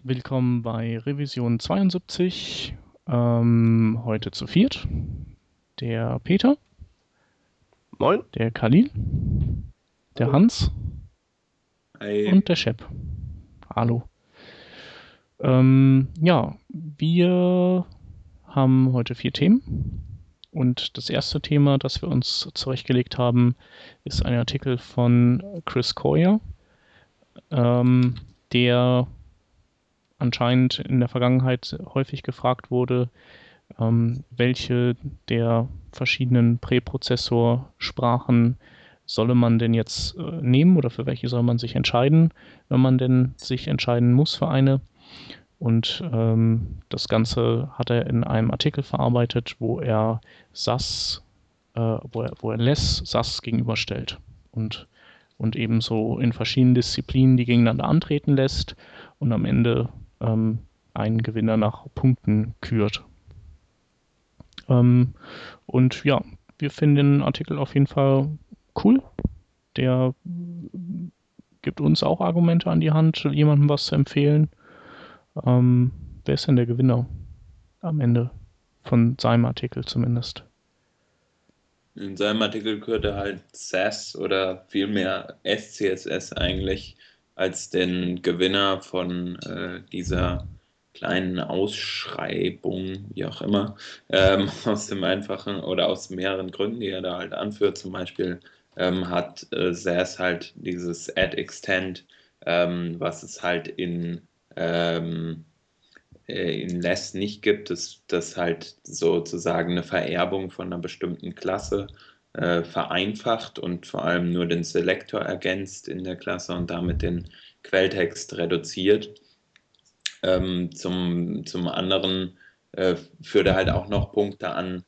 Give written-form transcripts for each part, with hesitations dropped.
Willkommen bei Revision 72. Heute zu viert. Der Peter, Moin. der Khalil, der Hallo. Hans Hi. und der Shep. Hallo. Ja, wir haben heute 4 Themen. Und das erste Thema, das wir uns zurechtgelegt haben, ist ein Artikel von Chris Coyier, der anscheinend in der Vergangenheit häufig gefragt wurde, welche der verschiedenen Präprozessorsprachen solle man denn jetzt nehmen oder für welche soll man sich entscheiden, wenn man denn sich entscheiden muss für eine. Und das Ganze hat er in einem Artikel verarbeitet, wo er SAS, wo er Less SAS gegenüberstellt und ebenso in verschiedenen Disziplinen die gegeneinander antreten lässt und am Ende einen Gewinner nach Punkten kürt. Und ja, wir finden den Artikel auf jeden Fall cool. Der gibt uns auch Argumente an die Hand, jemandem was zu empfehlen. Wer ist denn der Gewinner am Ende von seinem Artikel zumindest? In seinem Artikel gehört er halt SAS oder vielmehr SCSS eigentlich als den Gewinner von dieser kleinen Ausschreibung, wie auch immer, aus dem einfachen oder aus mehreren Gründen, die er da halt anführt. Zum Beispiel hat SAS halt dieses Add Extend, was es halt ähm, in Less nicht gibt, ist das halt sozusagen eine Vererbung von einer bestimmten Klasse vereinfacht und vor allem nur den Selektor ergänzt in der Klasse und damit den Quelltext reduziert. Zum anderen führt er halt auch noch Punkte an,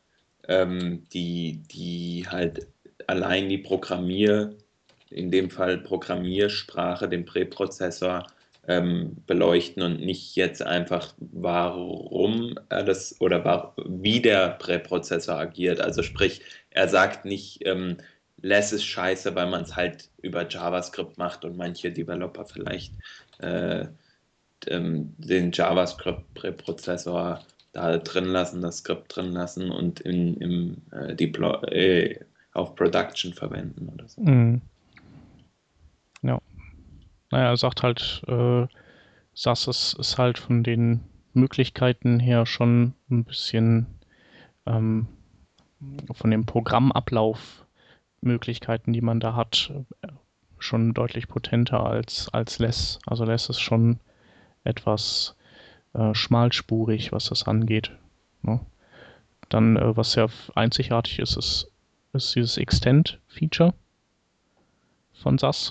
die halt allein die in dem Fall Programmiersprache, den Präprozessor beleuchten und nicht jetzt einfach, warum er das oder wie der Präprozessor agiert. Also sprich, er sagt nicht, Less ist scheiße, weil man es halt über JavaScript macht und manche Developer vielleicht äh, den JavaScript-Präprozessor da drin lassen, das Skript drin lassen und im Deploy auf Production verwenden oder so. Mhm. Ja, naja, er sagt halt, SAS ist halt von den Möglichkeiten her schon ein bisschen ähm, von dem Programmablaufmöglichkeiten, die man da hat, schon deutlich potenter als Less. Also Less ist schon etwas schmalspurig, was das angeht. Ne? Dann, was ja einzigartig ist dieses Extend-Feature von SAS.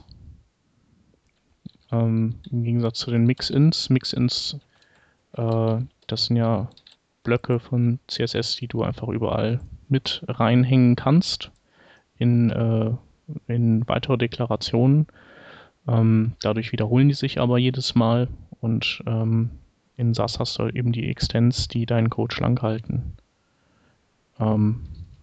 Im Gegensatz zu den Mix-Ins. Mix-Ins, das sind ja Blöcke von CSS, die du einfach überall mit reinhängen kannst in weitere Deklarationen. Dadurch wiederholen die sich aber jedes Mal und in SAS hast du eben die Extends, die deinen Code schlank halten. Ähm,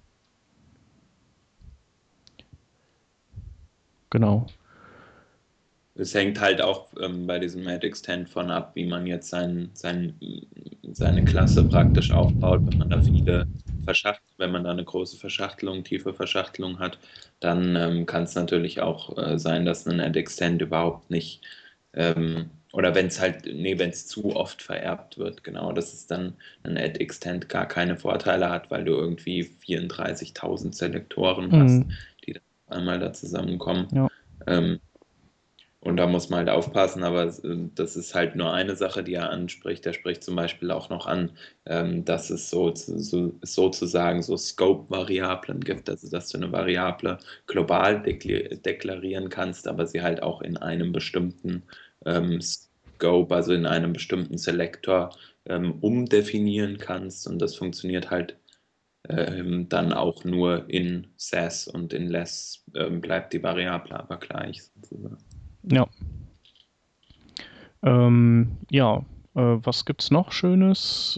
genau. Es hängt halt auch bei diesem Mad Extend von ab, wie man jetzt seine Klasse praktisch aufbaut. Wenn man da wenn man da eine große Verschachtelung, tiefe Verschachtelung hat, dann kann es natürlich auch sein, dass ein Add Extend überhaupt nicht oder wenn es halt, nee, wenn es zu oft vererbt wird, genau, dass es dann ein Add Extend gar keine Vorteile hat, weil du irgendwie 34.000 Selektoren hast, Mhm. die dann einmal da zusammenkommen. Ja. Ähm, und da muss man halt aufpassen, aber das ist halt nur eine Sache, die er anspricht. Er spricht zum Beispiel auch noch an, dass es sozusagen so Scope-Variablen gibt, also dass du eine Variable global deklarieren kannst, aber sie halt auch in einem bestimmten Scope, also in einem bestimmten Selektor umdefinieren kannst. Und das funktioniert halt dann auch nur in SAS und in Less bleibt die Variable aber gleich sozusagen. Ja. Ja, was gibt's noch Schönes?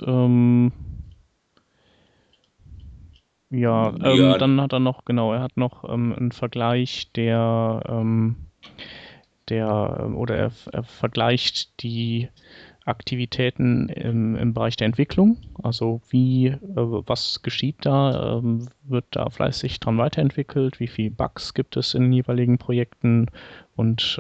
Ja, Ja, dann hat er noch, genau, er hat noch einen Vergleich oder er vergleicht die Aktivitäten im Bereich der Entwicklung? Also was geschieht da? Wird da fleißig dran weiterentwickelt? Wie viele Bugs gibt es in den jeweiligen Projekten? Und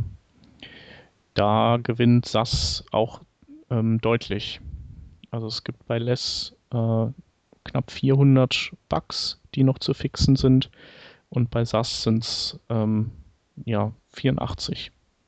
da gewinnt SAS auch deutlich. Also es gibt bei Less knapp 400 Bugs, die noch zu fixen sind. Und bei SAS sind es 84.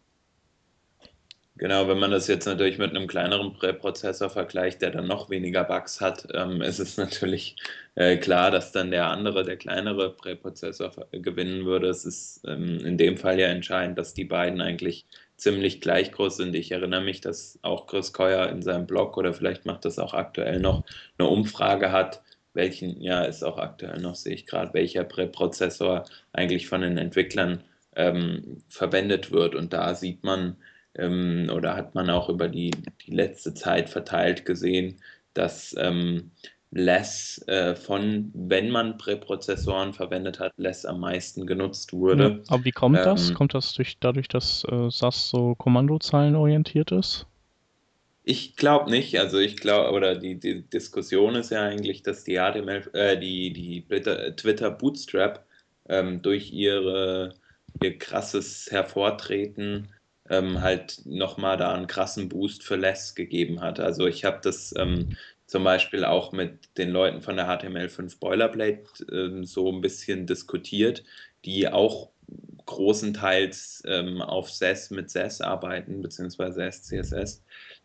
Genau, wenn man das jetzt natürlich mit einem kleineren Präprozessor vergleicht, der dann noch weniger Bugs hat, ist es natürlich klar, dass dann der kleinere Präprozessor gewinnen würde. Es ist in dem Fall ja entscheidend, dass die beiden eigentlich ziemlich gleich groß sind. Ich erinnere mich, dass auch Chris Coyier in seinem Blog oder vielleicht macht das auch aktuell noch eine Umfrage hat, ist auch aktuell noch, sehe ich gerade, welcher Präprozessor eigentlich von den Entwicklern verwendet wird. Und da sieht man, oder hat man auch über die letzte Zeit verteilt gesehen, dass Less wenn man Präprozessoren verwendet hat, Less am meisten genutzt Ja, wurde. aber wie kommt das? Kommt das dadurch, dass SAS so kommandozeilenorientiert ist? Ich glaube nicht, also ich glaube, oder die Diskussion ist ja eigentlich, dass die Twitter Bootstrap durch ihr krasses Hervortreten halt nochmal da einen krassen Boost für Less gegeben hat. Also ich habe das zum Beispiel auch mit den Leuten von der HTML5 Boilerplate so ein bisschen diskutiert, die auch großenteils auf SES mit SES arbeiten, beziehungsweise SCSS.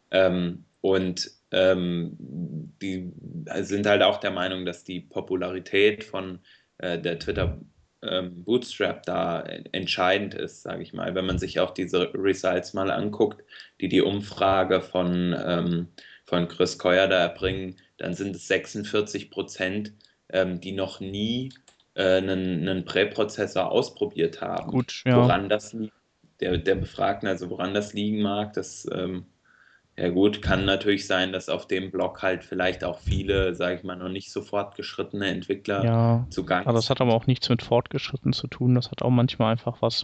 Die sind halt auch der Meinung, dass die Popularität von der Twitter Bootstrap da entscheidend ist, sage ich mal. Wenn man sich auch diese Results mal anguckt, die Umfrage von Chris Coyier da erbringen, dann sind es 46%, die noch nie einen Präprozessor ausprobiert haben. Gut, ja. Woran das liegt, der Befragten, also woran das liegen mag, das ja gut, kann natürlich sein, dass auf dem Blog halt vielleicht auch viele, sage ich mal, noch nicht so fortgeschrittene Entwickler Ja, zugange also das hat aber sind. auch nichts mit Fortgeschritten zu tun. Das hat auch manchmal einfach was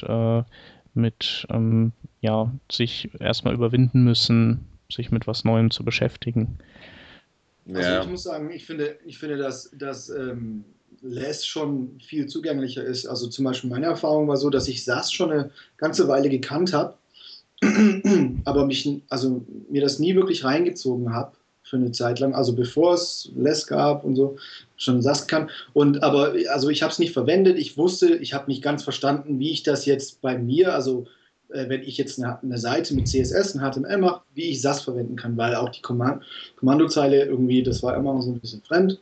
mit sich erstmal überwinden müssen, sich mit was Neuem zu beschäftigen. Also ich Ja, muss sagen, ich finde, dass Less schon viel zugänglicher ist. Also zum Beispiel meine Erfahrung war so, dass ich SAS schon eine ganze Weile gekannt habe, aber mir das nie wirklich reingezogen habe für eine Zeit lang. Also bevor es Less gab und so, schon SAS kann. Also ich habe es nicht verwendet. Ich habe nicht ganz verstanden, wie ich das jetzt bei mir, also wenn ich jetzt eine Seite mit CSS und HTML mache, wie ich SAS verwenden kann, weil auch die Kommandozeile irgendwie, das war immer so ein bisschen fremd.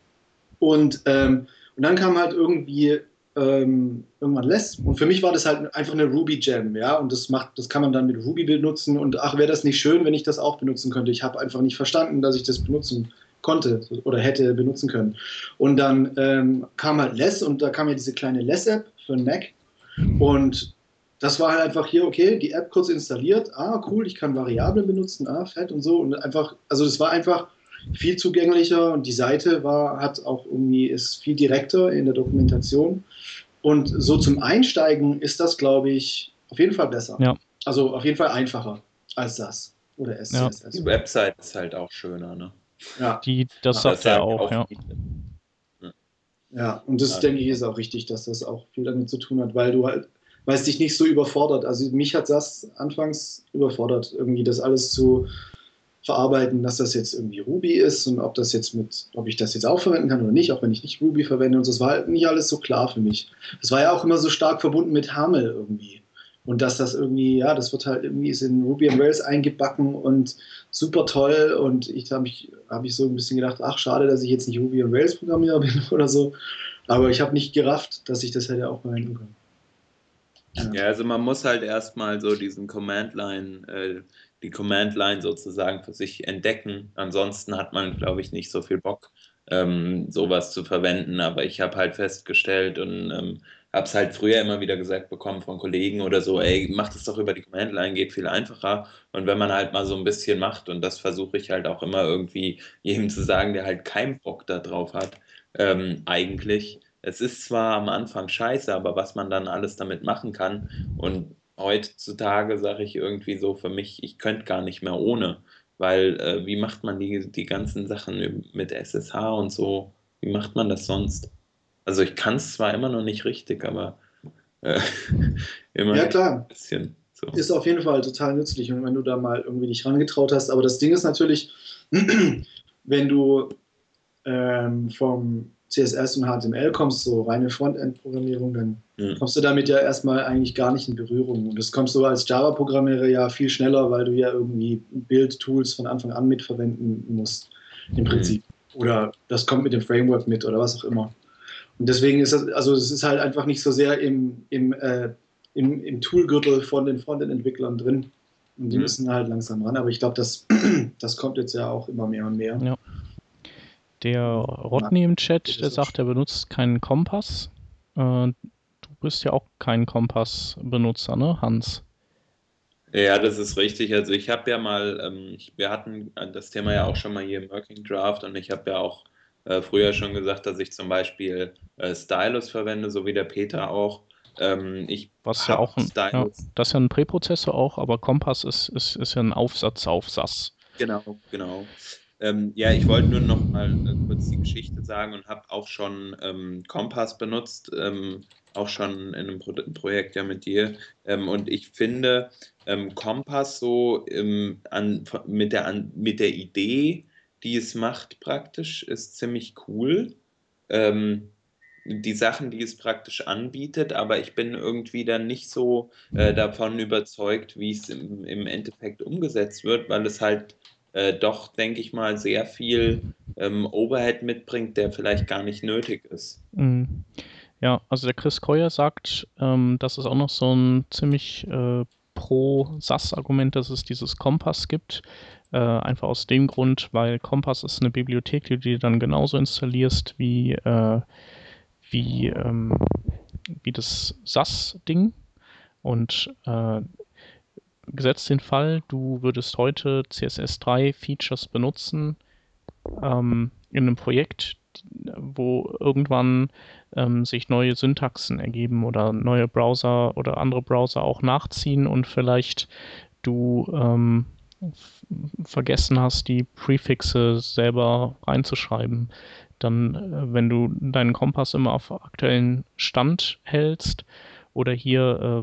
Und dann kam halt irgendwie irgendwann Less. Und für mich war das halt einfach eine Ruby-Gem, ja. Und das kann man dann mit Ruby benutzen. Und ach, wäre das nicht schön, wenn ich das auch benutzen könnte. Ich habe einfach nicht verstanden, dass ich das benutzen konnte oder hätte benutzen können. Und dann kam halt Less und da kam ja diese kleine Less-App für den Mac. Und das war halt einfach hier, okay, die App kurz installiert, cool, ich kann Variablen benutzen, fett und so. Und einfach, also das war einfach viel zugänglicher und die Seite ist viel direkter in der Dokumentation. Und so zum Einsteigen ist das, glaube ich, auf jeden Fall besser. Ja, Also auf jeden Fall einfacher als das oder ja, SCSS. die Website ist halt auch schöner, ne? Ja, das ja, sagt Das er sagen auch, auch ja. viele. Ja, ja. Und das, denke ich, ist auch richtig, dass das auch viel damit zu tun hat, weil es dich nicht so überfordert. Also mich hat das anfangs überfordert, irgendwie das alles zu verarbeiten, dass das jetzt irgendwie Ruby ist und ob ich das jetzt auch verwenden kann oder nicht, auch wenn ich nicht Ruby verwende und so. Das war halt nicht alles so klar für mich. Das war ja auch immer so stark verbunden mit Haml irgendwie. Und dass das irgendwie, ja, das wird halt irgendwie ist in Ruby on Rails eingebacken und super toll. Und hab ich so ein bisschen gedacht, ach, schade, dass ich jetzt nicht Ruby on Rails Programmierer bin oder so. Aber ich habe nicht gerafft, dass ich das hätte auch verwenden können. Ja, also man muss halt erstmal so die Command-Line sozusagen für sich entdecken. Ansonsten hat man, glaube ich, nicht so viel Bock, sowas zu verwenden. Aber ich habe halt festgestellt und habe es halt früher immer wieder gesagt bekommen von Kollegen oder so, ey, mach das doch über die Command-Line, geht viel einfacher. Und wenn man halt mal so ein bisschen macht, und das versuche ich halt auch immer irgendwie jedem zu sagen, der halt keinen Bock da drauf hat, eigentlich. Es ist zwar am Anfang scheiße, aber was man dann alles damit machen kann und heutzutage sage ich irgendwie so für mich, ich könnte gar nicht mehr ohne, weil wie macht man die ganzen Sachen mit SSH und so, wie macht man das sonst? Also ich kann es zwar immer noch nicht richtig, aber äh, Ja, immerhin klar. ein bisschen so. Ist auf jeden Fall total nützlich, und wenn du da mal irgendwie dich rangetraut hast. Aber das Ding ist natürlich, wenn du vom CSS und HTML kommst, so reine Frontend-Programmierung, dann Hm. kommst du damit ja erstmal eigentlich gar nicht in Berührung. Und das kommst du als Java-Programmierer ja viel schneller, weil du ja irgendwie Build-Tools von Anfang an mitverwenden musst, im Hm. Prinzip. Oder das kommt mit dem Framework mit oder was auch immer. Und deswegen ist das, also es ist halt einfach nicht so sehr im Toolgürtel von den Frontend-Entwicklern drin. Und die Hm. müssen halt langsam ran. Aber ich glaube, das kommt jetzt ja auch immer mehr und mehr. Ja. Der Rodney im Chat, der sagt, er benutzt keinen Kompass. Du bist ja auch kein Kompass-Benutzer, ne, Hans? Ja, das ist richtig. Also ich habe ja mal, wir hatten das Thema ja auch schon mal hier im Working Draft, und ich habe ja auch früher schon gesagt, dass ich zum Beispiel Stylus verwende, so wie der Peter auch. Ich Was ja habe auch ja, Stylus. das ist ja ein Präprozessor auch, aber Kompass ist ja ein Aufsatz auf SAS. Genau, genau. Ja, ich wollte nur noch mal kurz die Geschichte sagen und habe auch schon Kompass benutzt, auch schon in einem Projekt ja mit dir. Und ich finde Kompass so mit der Idee, die es macht praktisch, ist ziemlich cool. Ähm, die Sachen, die es praktisch anbietet, aber ich bin irgendwie dann nicht so davon überzeugt, wie es im Endeffekt umgesetzt wird, weil es halt doch, denke ich mal, sehr viel Overhead mitbringt, der vielleicht gar nicht nötig ist. Mhm. Ja, also der Chris Coyer sagt, das ist auch noch so ein ziemlich pro SAS-Argument, dass es dieses Kompass gibt. Einfach aus dem Grund, weil Kompass ist eine Bibliothek, die du dir dann genauso installierst wie, ähm, wie das SAS-Ding. Und gesetzt den Fall, du würdest heute CSS3-Features benutzen in einem Projekt, wo irgendwann sich neue Syntaxen ergeben oder neue Browser oder andere Browser auch nachziehen und vielleicht du vergessen hast, die Prefixe selber reinzuschreiben. Dann, wenn du deinen Kompass immer auf aktuellen Stand hältst, oder hier,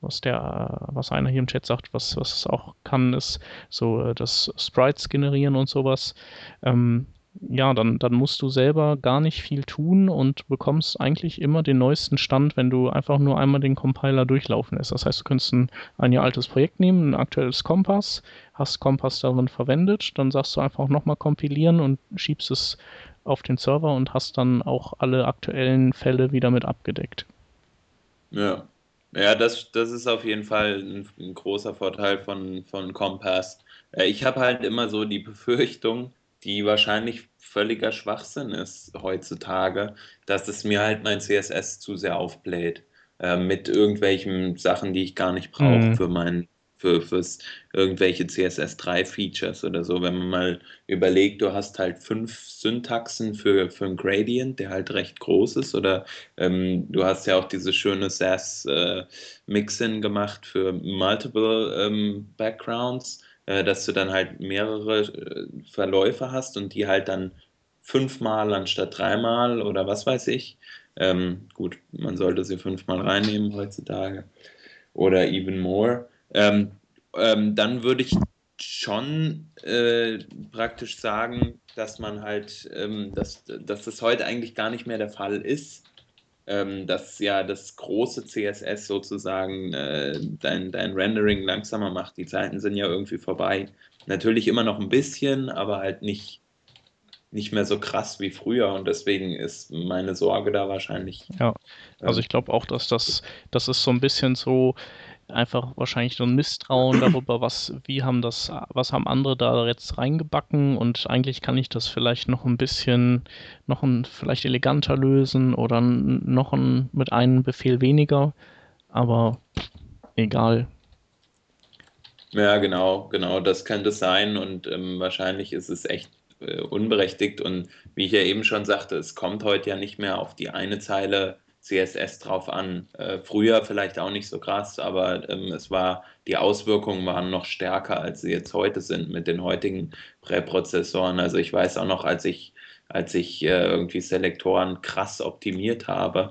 was einer hier im Chat sagt, was es auch kann, ist so das Sprites generieren und sowas. Ähm, ja, dann musst du selber gar nicht viel tun und bekommst eigentlich immer den neuesten Stand, wenn du einfach nur einmal den Compiler durchlaufen lässt. Das heißt, du könntest ein Jahr altes Projekt nehmen, ein aktuelles Kompass, hast Kompass darin verwendet, dann sagst du einfach nochmal kompilieren und schiebst es auf den Server und hast dann auch alle aktuellen Fälle wieder mit abgedeckt. Ja, ja, das ist auf jeden Fall ein großer Vorteil von Compass. Ich habe halt immer so die Befürchtung, die wahrscheinlich völliger Schwachsinn ist heutzutage, dass es mir halt mein CSS zu sehr aufbläht, mit irgendwelchen Sachen, die ich gar nicht brauche Mhm. fürs irgendwelche CSS3 Features oder so. Wenn man mal überlegt, du hast halt 5 Syntaxen für ein Gradient, der halt recht groß ist, oder du hast ja auch dieses schöne SAS-Mixin gemacht für Multiple Backgrounds, dass du dann halt mehrere Verläufe hast und die halt dann 5-mal anstatt 3-mal oder was weiß ich. Gut, man sollte sie 5-mal reinnehmen heutzutage oder even more. Dann würde ich schon praktisch sagen, dass man halt, dass das heute eigentlich gar nicht mehr der Fall ist, dass ja das große CSS sozusagen dein Rendering langsamer macht. Die Zeiten sind ja irgendwie vorbei. Natürlich immer noch ein bisschen, aber halt nicht mehr so krass wie früher, und deswegen ist meine Sorge da wahrscheinlich. Ja, also Ähm, ich glaube auch, dass das ist so ein bisschen so einfach wahrscheinlich so ein Misstrauen darüber, was haben andere da jetzt reingebacken, und eigentlich kann ich das vielleicht noch ein bisschen, vielleicht eleganter lösen oder mit einem Befehl weniger, aber egal. Ja, genau, genau, das könnte es sein, und wahrscheinlich ist es echt unberechtigt, und wie ich ja eben schon sagte, es kommt heute ja nicht mehr auf die eine Zeile CSS drauf an. Früher vielleicht auch nicht so krass, aber die Auswirkungen waren noch stärker, als sie jetzt heute sind mit den heutigen Präprozessoren. Also ich weiß auch noch, als ich irgendwie Selektoren krass optimiert habe,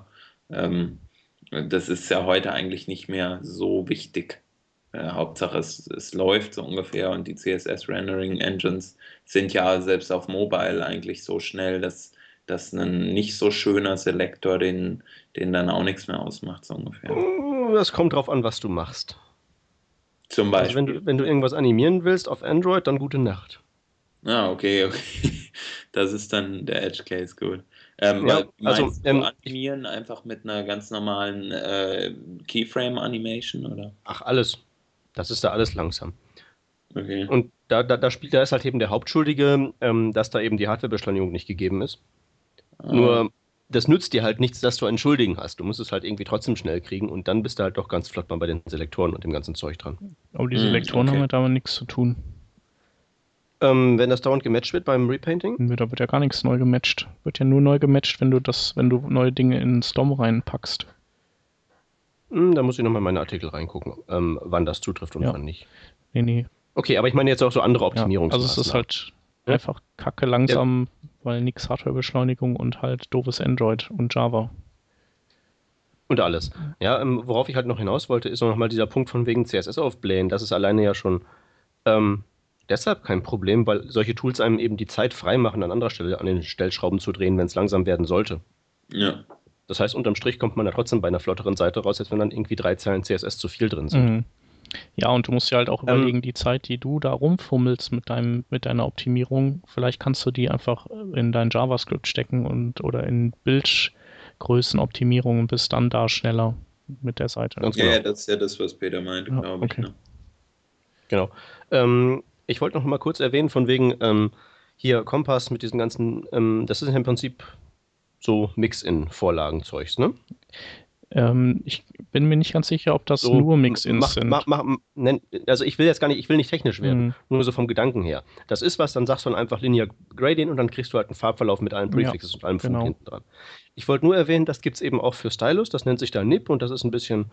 das ist ja heute eigentlich nicht mehr so wichtig. Hauptsache es läuft so ungefähr, und die CSS-Rendering-Engines sind ja selbst auf Mobile eigentlich so schnell, dass ein nicht so schöner Selektor den dann auch nichts mehr ausmacht, so ungefähr. Das kommt drauf an, was du machst. Zum Beispiel. Also wenn du irgendwas animieren willst auf Android, dann gute Nacht. Okay. Das ist dann der Edge Case, gut. Meinst du animieren einfach mit einer ganz normalen Keyframe-Animation, oder? Ach, alles. Das ist da alles langsam. Okay. Und da ist halt eben der Hauptschuldige, dass da eben die Hardwarebeschleunigung nicht gegeben ist. Nur, das nützt dir halt nichts, dass du einen Schuldigen hast. Du musst es halt irgendwie trotzdem schnell kriegen, und dann bist du halt doch ganz flott mal bei den Selektoren und dem ganzen Zeug dran. Aber die Selektoren haben ja damit nichts zu tun. Wenn das dauernd gematcht wird beim Repainting? Da wird ja gar nichts neu gematcht. Wird ja nur neu gematcht, wenn du neue Dinge in Stom reinpackst. Da muss ich nochmal in meine Artikel reingucken, wann das zutrifft und wann nicht. Nee. Okay, aber ich meine jetzt auch so andere Optimierungsmaßnahmen. Also es ist halt einfach kacke langsam, weil nix Hardwarebeschleunigung und halt doofes Android und Java. Und alles. Ja, worauf ich halt noch hinaus wollte, ist nochmal dieser Punkt von wegen CSS aufblähen. Das ist alleine ja schon deshalb kein Problem, weil solche Tools einem eben die Zeit freimachen, an anderer Stelle an den Stellschrauben zu drehen, wenn es langsam werden sollte. Ja. Das heißt, unterm Strich kommt man da trotzdem bei einer flotteren Seite raus, als wenn dann irgendwie 3 Zeilen CSS zu viel drin sind. Mhm. Ja, und du musst dir halt auch überlegen, die Zeit, die du da rumfummelst mit deiner Optimierung, vielleicht kannst du die einfach in dein JavaScript stecken oder in Bildgrößenoptimierung und bist dann da schneller mit der Seite. Ganz genau. Ja, das ist ja das, was Peter meinte, glaube ich. Ne? Genau. Ich wollte noch mal kurz erwähnen, von wegen hier Kompass mit diesen ganzen, das ist im Prinzip so Mix-in-Vorlagenzeugs, ne? Ich bin mir nicht ganz sicher, ob das So, nur Mix-Ins sind. Also ich will nicht technisch werden, nur so vom Gedanken her. Das ist was, dann sagst du dann einfach Linear Gradient und dann kriegst du halt einen Farbverlauf mit allen Prefixes und allem Funk hinten dran. Ich wollte nur erwähnen, das gibt es eben auch für Stylus, das nennt sich da NIP und das ist ein bisschen,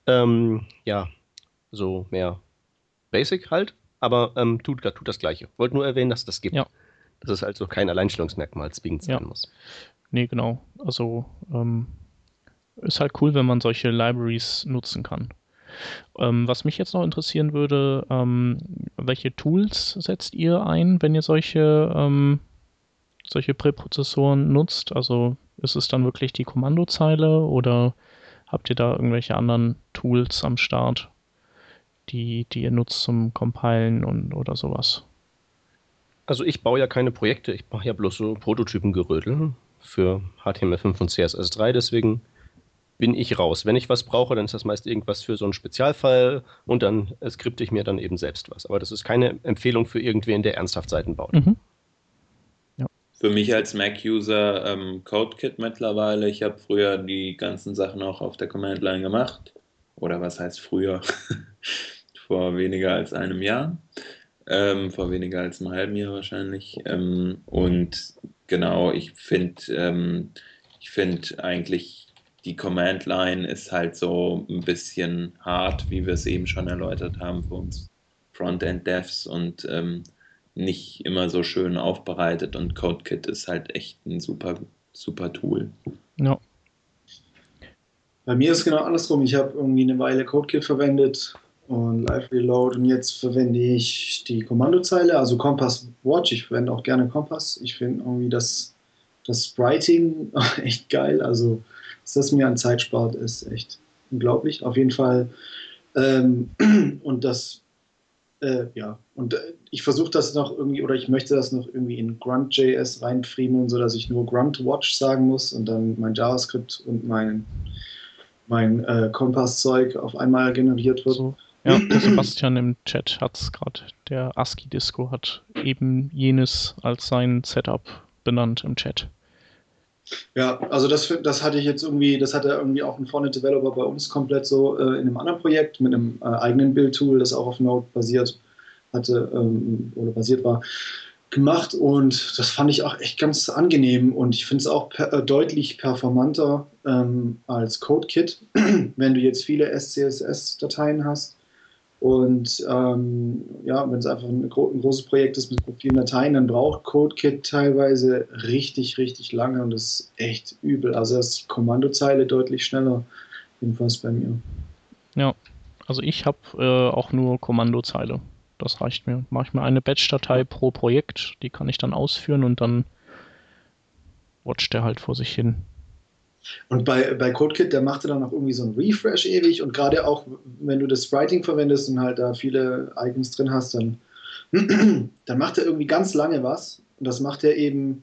so mehr Basic halt, aber tut das Gleiche. Wollte nur erwähnen, dass es das gibt. Ja. Dass es also kein Alleinstellungsmerkmal zwingend sein muss. Nee, genau. Also ist halt cool, wenn man solche Libraries nutzen kann. Was mich jetzt noch interessieren würde, welche Tools setzt ihr ein, wenn ihr solche Präprozessoren nutzt? Also ist es dann wirklich die Kommandozeile oder habt ihr da irgendwelche anderen Tools am Start, die ihr nutzt zum Compilen oder sowas? Also ich baue ja keine Projekte, ich mache ja bloß so Prototypengerödel für HTML5 und CSS3, deswegen bin ich raus. Wenn ich was brauche, dann ist das meist irgendwas für so einen Spezialfall und dann skripte ich mir dann eben selbst was. Aber das ist keine Empfehlung für irgendwen, der ernsthaft Seiten baut. Mhm. Ja. Für mich als Mac-User CodeKit mittlerweile. Ich habe früher die ganzen Sachen auch auf der Command-Line gemacht. Oder was heißt früher? Vor weniger als einem Jahr. Vor weniger als einem halben Jahr wahrscheinlich. Und genau, ich finde eigentlich, die Command-Line ist halt so ein bisschen hart, wie wir es eben schon erläutert haben für uns Frontend-Devs und nicht immer so schön aufbereitet, und CodeKit ist halt echt ein super, super Tool. Ja. Bei mir ist es genau andersrum. Ich habe irgendwie eine Weile CodeKit verwendet und Live Reload und jetzt verwende ich die Kommandozeile, also Compass Watch. Ich verwende auch gerne Compass. Ich finde irgendwie das Spriting echt geil. Also, dass das mir an Zeit spart, ist echt unglaublich. Auf jeden Fall. Und das, ich versuche das noch irgendwie, oder ich möchte das noch irgendwie in Grunt.js reinfriemeln, sodass ich nur Grunt Watch sagen muss und dann mein JavaScript und mein Kompass-Zeug auf einmal generiert wird. So. Ja, der Sebastian im Chat hat es gerade, der ASCII-Disco hat eben jenes als sein Setup benannt im Chat. Ja, also das hatte ich jetzt irgendwie, das hatte irgendwie auch ein Frontend-Developer bei uns komplett so in einem anderen Projekt mit einem eigenen Build-Tool, das auch auf Node basiert hatte oder basiert war. gemacht und das fand ich auch echt ganz angenehm und ich finde es auch deutlich performanter als CodeKit, wenn du jetzt viele SCSS-Dateien hast und ja, wenn es einfach ein großes Projekt ist mit vielen Dateien, dann braucht CodeKit teilweise richtig, richtig lange und das ist echt übel. Also da ist die Kommandozeile deutlich schneller, jedenfalls bei mir. Ja, also ich habe auch nur Kommandozeile. Das reicht mir. Mache ich mir eine Batch-Datei pro Projekt, die kann ich dann ausführen und dann watcht der halt vor sich hin. Und bei CodeKit, der machte dann auch irgendwie so einen Refresh ewig und gerade auch, wenn du das Writing verwendest und halt da viele Icons drin hast, dann, dann macht er irgendwie ganz lange was und das macht er eben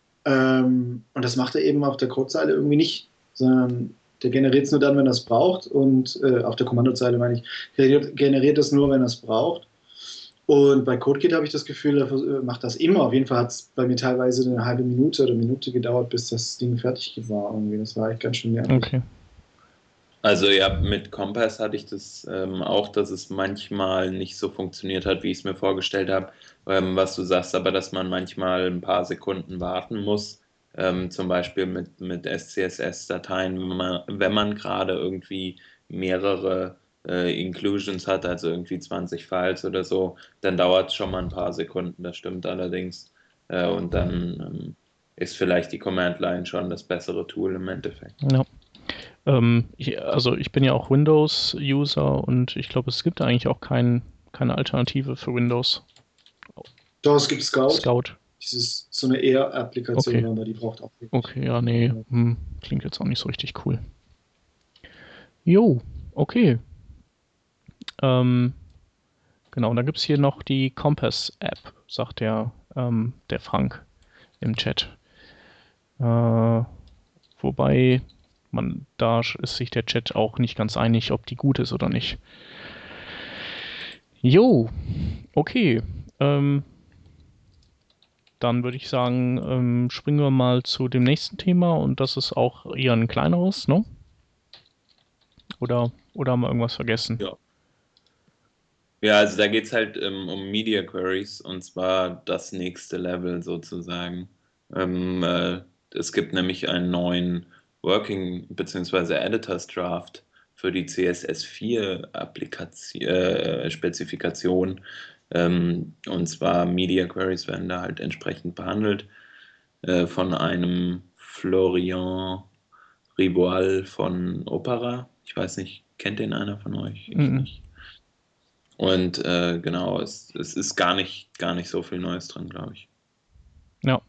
auf der Codezeile irgendwie nicht, sondern der generiert es nur dann, wenn er es braucht und auf der Kommandozeile meine ich, generiert es nur, wenn er es braucht. Und bei CodeKit habe ich das Gefühl, er macht das immer. Auf jeden Fall hat es bei mir teilweise eine halbe Minute oder Minute gedauert, bis das Ding fertig war. Irgendwie. Das war echt ganz schön nervig. Okay. Also ja, mit Compass hatte ich das auch, dass es manchmal nicht so funktioniert hat, wie ich es mir vorgestellt habe, was du sagst, aber dass man manchmal ein paar Sekunden warten muss, zum Beispiel mit SCSS-Dateien, wenn man gerade irgendwie mehrere Inclusions hat, also irgendwie 20 Files oder so, dann dauert es schon mal ein paar Sekunden, das stimmt allerdings. Und dann ist vielleicht die Command-Line schon das bessere Tool im Endeffekt. Ja. Also ich bin ja auch Windows-User und ich glaube, es gibt eigentlich auch keine Alternative für Windows. Doch, es gibt Scout. Scout. Das ist so eine Air-Applikation, Okay. aber die braucht auch wirklich. Okay, ja, nee. Klingt jetzt auch nicht so richtig cool. Jo, okay. Genau, und dann gibt es hier noch die Compass-App, sagt der Frank im Chat. Wobei da ist sich der Chat auch nicht ganz einig, ob die gut ist oder nicht. Jo, okay. Dann würde ich sagen, springen wir mal zu dem nächsten Thema und das ist auch eher ein kleineres, ne? Oder haben wir irgendwas vergessen? Ja. Ja, also da geht es halt um Media Queries und zwar das nächste Level sozusagen. Es gibt nämlich einen neuen Working bzw. Editors Draft für die CSS4 Spezifikation. Und zwar Media Queries werden da halt entsprechend behandelt von einem Florian Riboal von Opera. Ich weiß nicht, kennt den einer von euch? Ich nicht. Und genau, es ist gar nicht so viel Neues drin, glaube ich. Ja.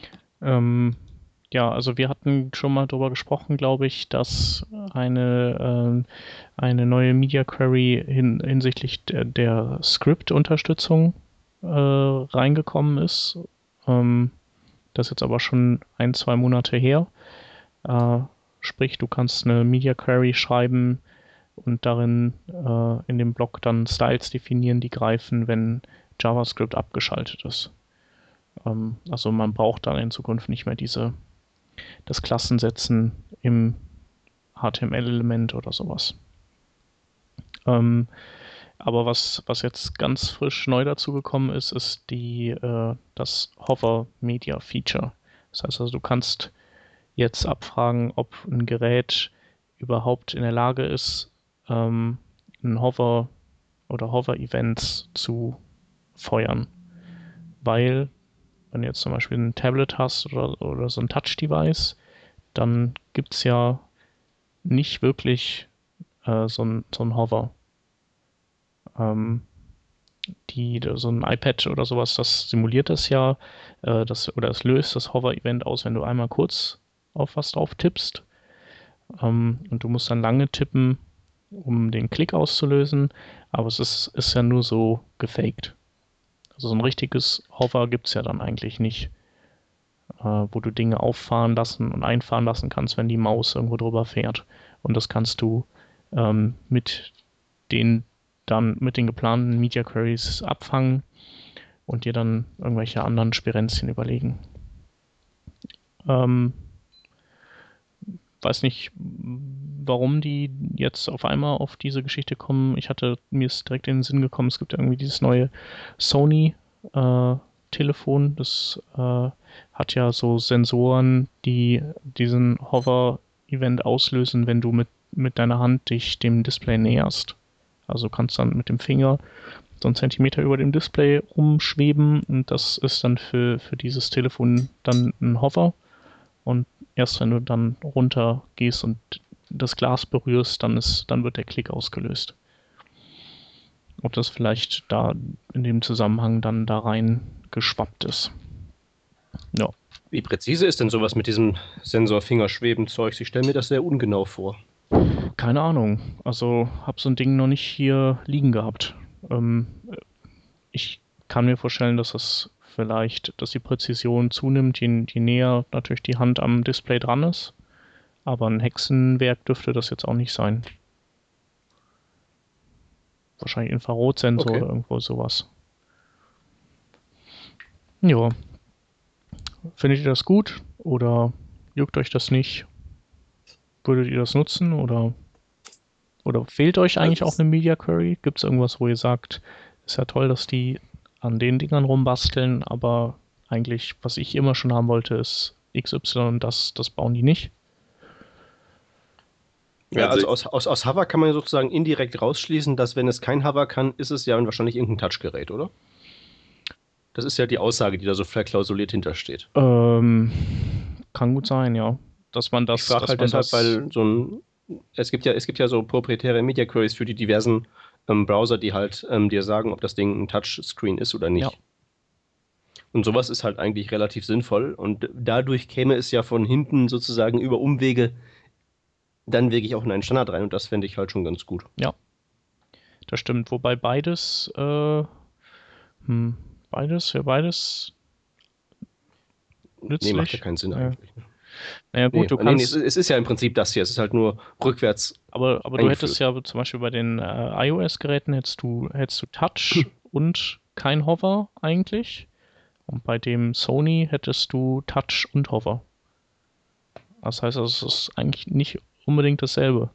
Ja, also wir hatten schon mal darüber gesprochen, glaube ich, dass eine neue Media Query hinsichtlich der Script-Unterstützung reingekommen ist. Das ist jetzt aber schon 1-2 Monate her. Sprich, du kannst eine Media Query schreiben und darin in dem Block dann Styles definieren, die greifen, wenn JavaScript abgeschaltet ist. Also man braucht dann in Zukunft nicht mehr das Klassensetzen im HTML-Element oder sowas. Aber was jetzt ganz frisch neu dazugekommen ist, ist das Hover Media Feature. Das heißt also, du kannst jetzt abfragen, ob ein Gerät überhaupt in der Lage ist, ein Hover oder Hover-Events zu feuern. Weil, wenn du jetzt zum Beispiel ein Tablet hast oder so ein Touch-Device, dann gibt es ja nicht wirklich so ein Hover. So ein iPad oder sowas, das simuliert das ja, es löst das Hover-Event aus, wenn du einmal kurz auf was drauf tippst. Und du musst dann lange tippen, um den Klick auszulösen, aber es ist ja nur so gefaked. Also so ein richtiges Hover gibt es ja dann eigentlich nicht, wo du Dinge auffahren lassen und einfahren lassen kannst, wenn die Maus irgendwo drüber fährt. Und das kannst du mit den geplanten Media Queries abfangen und dir dann irgendwelche anderen Spirenzchen überlegen. Weiß nicht, warum die jetzt auf einmal auf diese Geschichte kommen. Mir ist direkt in den Sinn gekommen, es gibt irgendwie dieses neue Sony Hover-Telefon. Das hat ja so Sensoren, die diesen Hover-Event auslösen, wenn du mit deiner Hand dich dem Display näherst. Also kannst dann mit dem Finger so einen Zentimeter über dem Display rumschweben und das ist dann für dieses Telefon dann ein Hover. Und erst wenn du dann runter gehst und das Glas berührst, dann wird der Klick ausgelöst. Ob das vielleicht da in dem Zusammenhang dann da rein geschwappt ist. Ja. Wie präzise ist denn sowas mit diesem Sensor-Fingerschweben-Zeug? Ich stelle mir das sehr ungenau vor. Keine Ahnung. Also habe so ein Ding noch nicht hier liegen gehabt. Ich kann mir vorstellen, dass die Präzision zunimmt, je näher natürlich die Hand am Display dran ist. Aber ein Hexenwerk dürfte das jetzt auch nicht sein. Wahrscheinlich Infrarotsensor oder irgendwo sowas. Ja. Findet ihr das gut? Oder juckt euch das nicht? Würdet ihr das nutzen? Oder fehlt euch eigentlich auch eine Media Query? Gibt es irgendwas, wo ihr sagt, ist ja toll, dass die an den Dingern rumbasteln, aber eigentlich, was ich immer schon haben wollte, ist XY und das bauen die nicht? Ja, also aus Hover kann man ja sozusagen indirekt rausschließen, dass wenn es kein Hover kann, ist es ja wahrscheinlich irgendein Touchgerät, oder? Das ist ja die Aussage, die da so verklausuliert hintersteht. Kann gut sein, ja. Dass man das... Ich frage halt deshalb, weil es gibt ja so proprietäre Media Queries für die diversen Browser, die halt dir sagen, ob das Ding ein Touchscreen ist oder nicht. Ja. Und sowas ist halt eigentlich relativ sinnvoll und dadurch käme es ja von hinten sozusagen über Umwege dann wirklich auch in einen Standard rein und das fände ich halt schon ganz gut. Ja, das stimmt. Wobei beides nützlich. Nee, macht ja keinen Sinn eigentlich. Naja gut, du kannst... es ist ja im Prinzip das hier, es ist halt nur rückwärts. Aber du hättest ja zum Beispiel bei den iOS-Geräten hättest du Touch und kein Hover eigentlich. Und bei dem Sony hättest du Touch und Hover. Das heißt, es ist eigentlich nicht unbedingt dasselbe.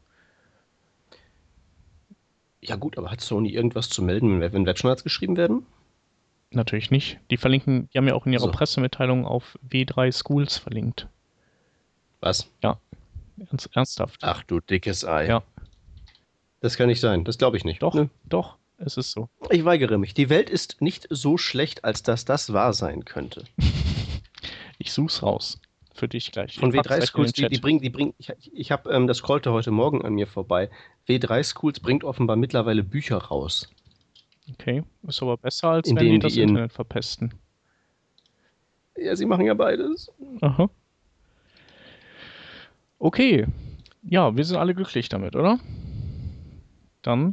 Ja gut, aber hat Sony irgendwas zu melden, wenn Webstandards geschrieben werden? Natürlich nicht. Die haben ja auch in ihrer Pressemitteilung auf W3 Schools verlinkt. Was? Ja, ernsthaft. Ach du dickes Ei. Ja. Das kann nicht sein, das glaube ich nicht. Doch, es ist so. Ich weigere mich. Die Welt ist nicht so schlecht, als dass das wahr sein könnte. Ich such's raus. Für dich gleich. Von W3 Schools, die bringen, ich habe, das scrollte heute Morgen an mir vorbei. W3 Schools bringt offenbar mittlerweile Bücher raus. Okay, ist aber besser, als wenn die das Internet verpesten. Ja, sie machen ja beides. Aha. Okay. Ja, wir sind alle glücklich damit, oder? Dann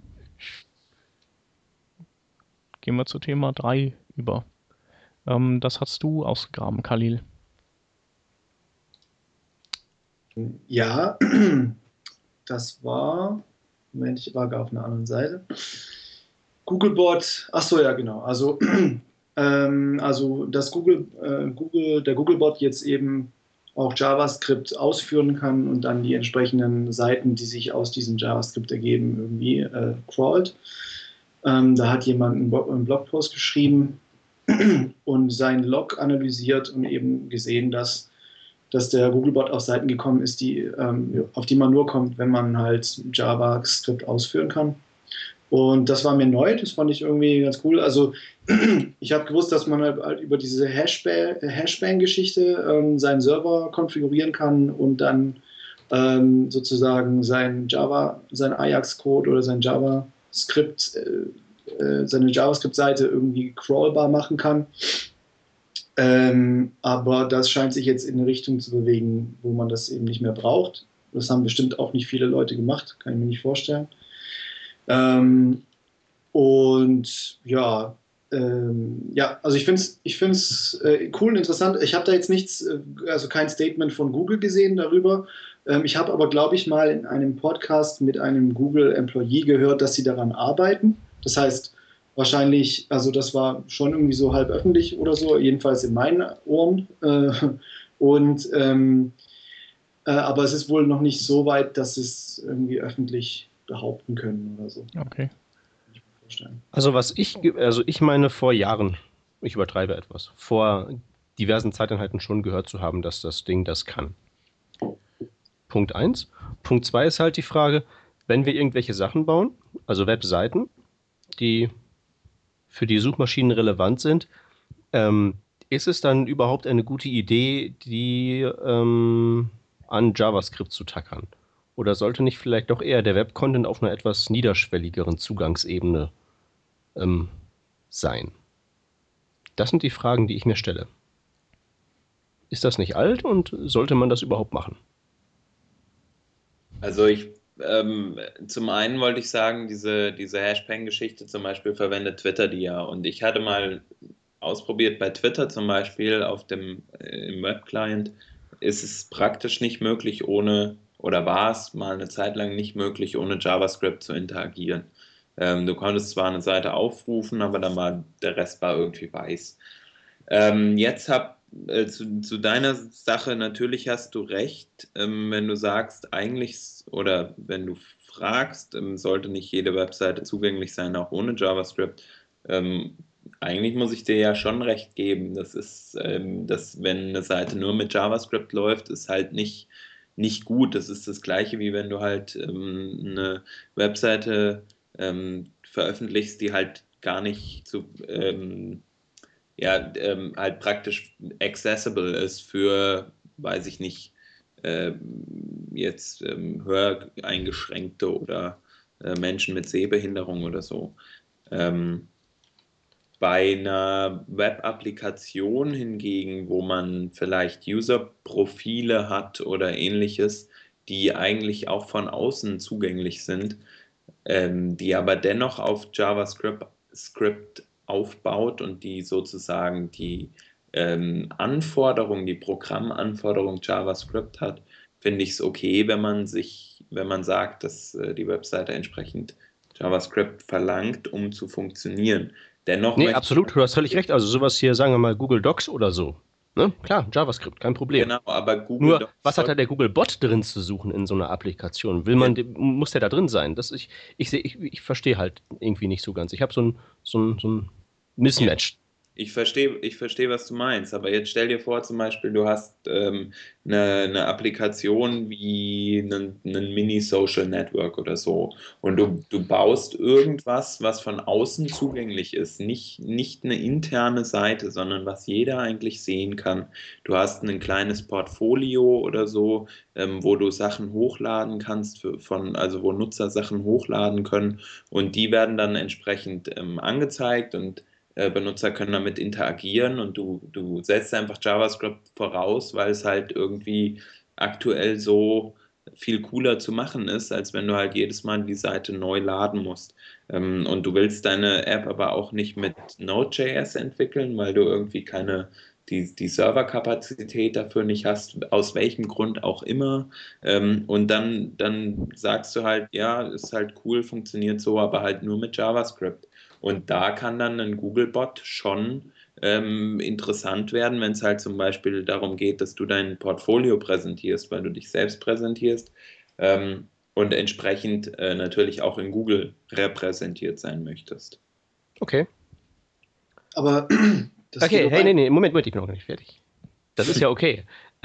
gehen wir zu Thema 3 über. Das hast du ausgegraben, Khalil. Ja, das war... Moment, ich war gar auf einer anderen Seite. Googlebot, achso, ja, genau. Also dass der Googlebot jetzt eben auch JavaScript ausführen kann und dann die entsprechenden Seiten, die sich aus diesem JavaScript ergeben, irgendwie crawlt. Da hat jemand einen Blogpost geschrieben und seinen Log analysiert und eben gesehen, dass der Googlebot auf Seiten gekommen ist, auf die man nur kommt, wenn man halt JavaScript ausführen kann. Und das war mir neu, das fand ich irgendwie ganz cool. Also ich habe gewusst, dass man halt über diese Hashbang-Geschichte seinen Server konfigurieren kann und dann sozusagen seine Ajax-Code oder sein JavaScript, seine JavaScript-Seite irgendwie crawlbar machen kann. Aber das scheint sich jetzt in eine Richtung zu bewegen, wo man das eben nicht mehr braucht. Das haben bestimmt auch nicht viele Leute gemacht, kann ich mir nicht vorstellen. Und ja, also ich finde es cool und interessant. Ich habe da jetzt kein Statement von Google gesehen darüber. Ich habe aber, glaube ich, mal in einem Podcast mit einem Google-Employee gehört, dass sie daran arbeiten. Das heißt, wahrscheinlich, also das war schon irgendwie so halb öffentlich oder so, jedenfalls in meinen Ohren. Aber es ist wohl noch nicht so weit, dass es irgendwie öffentlich behaupten können oder so. Okay. Also ich meine vor Jahren, ich übertreibe etwas, vor diversen Zeiteinheiten schon gehört zu haben, dass das Ding das kann. Punkt 1. Punkt 2 ist halt die Frage, wenn wir irgendwelche Sachen bauen, also Webseiten, die für die Suchmaschinen relevant sind, ist es dann überhaupt eine gute Idee, die an JavaScript zu tackern? Oder sollte nicht vielleicht doch eher der Web-Content auf einer etwas niederschwelligeren Zugangsebene sein? Das sind die Fragen, die ich mir stelle. Ist das nicht alt und sollte man das überhaupt machen? Also zum einen wollte ich sagen, diese Hashpang-Geschichte zum Beispiel verwendet Twitter die ja. Und ich hatte mal ausprobiert bei Twitter zum Beispiel im Web-Client ist es praktisch nicht möglich oder war es mal eine Zeit lang nicht möglich, ohne JavaScript zu interagieren. Du konntest zwar eine Seite aufrufen, aber der Rest war irgendwie weiß. Jetzt zu deiner Sache, natürlich hast du recht, wenn du sagst, eigentlich, oder wenn du fragst, sollte nicht jede Webseite zugänglich sein, auch ohne JavaScript. Eigentlich muss ich dir ja schon recht geben. Das ist, dass wenn eine Seite nur mit JavaScript läuft, ist halt nicht gut. Das ist das Gleiche, wie wenn du halt eine Webseite veröffentlichst, die halt gar nicht halt praktisch accessible ist für, weiß ich nicht, jetzt Höreingeschränkte oder Menschen mit Sehbehinderung oder so. Bei einer Web-Applikation hingegen, wo man vielleicht User-Profile hat oder ähnliches, die eigentlich auch von außen zugänglich sind, die aber dennoch auf JavaScript aufbaut und die sozusagen die die Programmanforderung JavaScript hat, finde ich es okay, wenn man sagt, dass die Webseite entsprechend JavaScript verlangt, um zu funktionieren. Dennoch Nee, absolut, du hast völlig recht. Also sowas hier, sagen wir mal, Google Docs oder so. Ne? Klar, JavaScript, kein Problem. Genau, aber Google Nur, Docs was hat da der Google-Bot drin zu suchen in so einer Applikation? Muss der da drin sein? Ich verstehe halt irgendwie nicht so ganz. Ich habe so ein Mismatch. Ich verstehe, was du meinst, aber jetzt stell dir vor, zum Beispiel, du hast eine Applikation wie einen Mini-Social Network oder so und du baust irgendwas, was von außen zugänglich ist, nicht eine interne Seite, sondern was jeder eigentlich sehen kann. Du hast ein kleines Portfolio oder so, wo du Sachen hochladen kannst, also wo Nutzer Sachen hochladen können und die werden dann entsprechend angezeigt und Benutzer können damit interagieren und du setzt einfach JavaScript voraus, weil es halt irgendwie aktuell so viel cooler zu machen ist, als wenn du halt jedes Mal die Seite neu laden musst. Und du willst deine App aber auch nicht mit Node.js entwickeln, weil du irgendwie die Serverkapazität dafür nicht hast, aus welchem Grund auch immer. Und dann sagst du halt, ja, ist halt cool, funktioniert so, aber halt nur mit JavaScript. Und da kann dann ein Googlebot schon interessant werden, wenn es halt zum Beispiel darum geht, dass du dein Portfolio präsentierst, weil du dich selbst präsentierst und entsprechend natürlich auch in Google repräsentiert sein möchtest. Okay. Aber okay, hey, nee, Moment, ich bin noch nicht fertig. Das ist ja okay.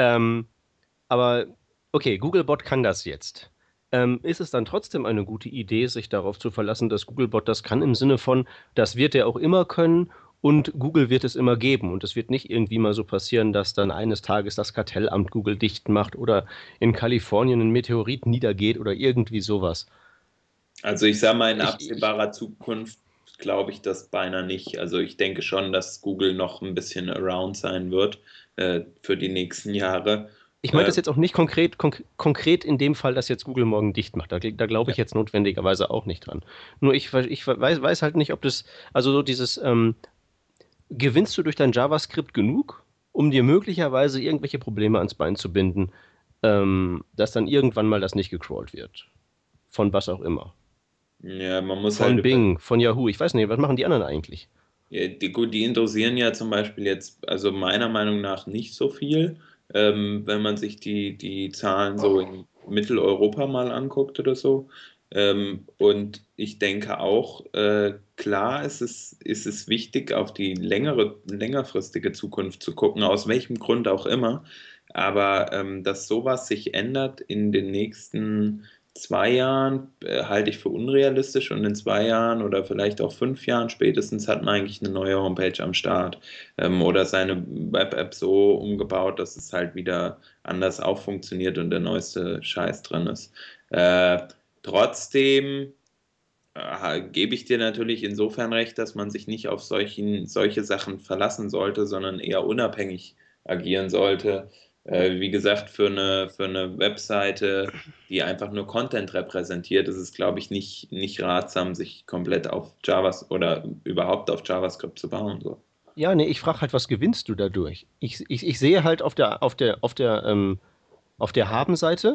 Aber okay, Googlebot kann das jetzt. Ist es dann trotzdem eine gute Idee, sich darauf zu verlassen, dass Googlebot das kann, im Sinne von, das wird er auch immer können und Google wird es immer geben. Und es wird nicht irgendwie mal so passieren, dass dann eines Tages das Kartellamt Google dicht macht oder in Kalifornien ein Meteorit niedergeht oder irgendwie sowas. Also ich sage mal, in absehbarer Zukunft glaube ich das beinahe nicht. Also ich denke schon, dass Google noch ein bisschen around sein wird für die nächsten Jahre. Ich meine das jetzt auch nicht konkret in dem Fall, dass jetzt Google morgen dicht macht. Da glaube ich jetzt notwendigerweise auch nicht dran. Nur ich weiß halt nicht, ob das, also so dieses, gewinnst du durch dein JavaScript genug, um dir möglicherweise irgendwelche Probleme ans Bein zu binden, dass dann irgendwann mal das nicht gecrawlt wird. Von was auch immer. Ja, man muss von Bing, von Yahoo. Ich weiß nicht, was machen die anderen eigentlich? Ja, die interessieren ja zum Beispiel jetzt, also meiner Meinung nach nicht so viel, wenn man sich die Zahlen so in Mitteleuropa mal anguckt oder so. Und ich denke auch, klar ist es wichtig, auf die längerfristige Zukunft zu gucken, aus welchem Grund auch immer. Aber dass sowas sich ändert in den nächsten 2 Jahren, halte ich für unrealistisch, und in 2 Jahren oder vielleicht auch 5 Jahren spätestens hat man eigentlich eine neue Homepage am Start, oder seine Web-App so umgebaut, dass es halt wieder anders auch funktioniert und der neueste Scheiß drin ist. Trotzdem gebe ich dir natürlich insofern recht, dass man sich nicht auf solche Sachen verlassen sollte, sondern eher unabhängig agieren sollte. Wie gesagt, für eine Webseite, die einfach nur Content repräsentiert, ist es, glaube ich, nicht ratsam, sich komplett auf JavaScript oder überhaupt auf JavaScript zu bauen. So. Ja, nee, ich frage halt, was gewinnst du dadurch? Ich sehe halt auf der Haben-Seite,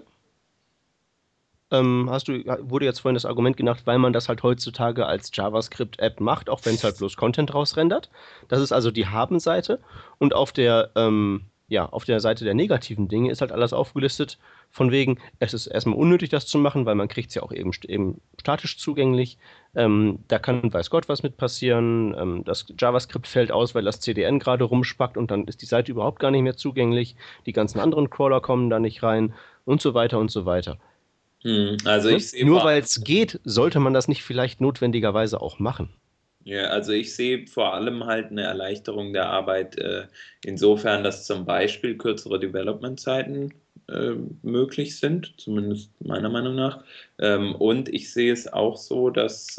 wurde jetzt vorhin das Argument genannt, weil man das halt heutzutage als JavaScript-App macht, auch wenn es halt bloß Content rausrendert. Das ist also die Haben-Seite. Und auf der Seite der negativen Dinge ist halt alles aufgelistet, von wegen, es ist erstmal unnötig, das zu machen, weil man kriegt es ja auch eben statisch zugänglich. Da kann weiß Gott was mit passieren. Das JavaScript fällt aus, weil das CDN gerade rumspackt und dann ist die Seite überhaupt gar nicht mehr zugänglich. Die ganzen anderen Crawler kommen da nicht rein und so weiter und so weiter. Also ich sehe Nur weil es geht, sollte man das nicht vielleicht notwendigerweise auch machen. Ja, also ich sehe vor allem halt eine Erleichterung der Arbeit, insofern, dass zum Beispiel kürzere Development-Zeiten möglich sind, zumindest meiner Meinung nach. Und ich sehe es auch so, dass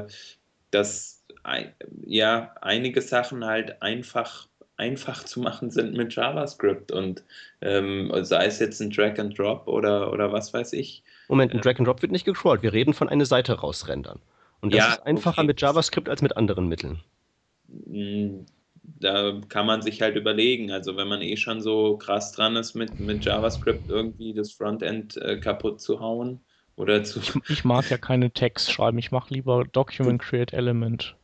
einige Sachen halt einfach zu machen sind mit JavaScript, und sei es jetzt ein Drag and Drop oder was weiß ich. Moment, ein Drag and Drop wird nicht gecrawlt. Wir reden von einer Seite rausrendern. Und das ist einfacher mit JavaScript als mit anderen Mitteln. Da kann man sich halt überlegen, also wenn man schon so krass dran ist, mit JavaScript irgendwie das Frontend kaputt zu hauen oder zu... Ich mag ja keine Tags schreiben, ich mache lieber Document Create Element.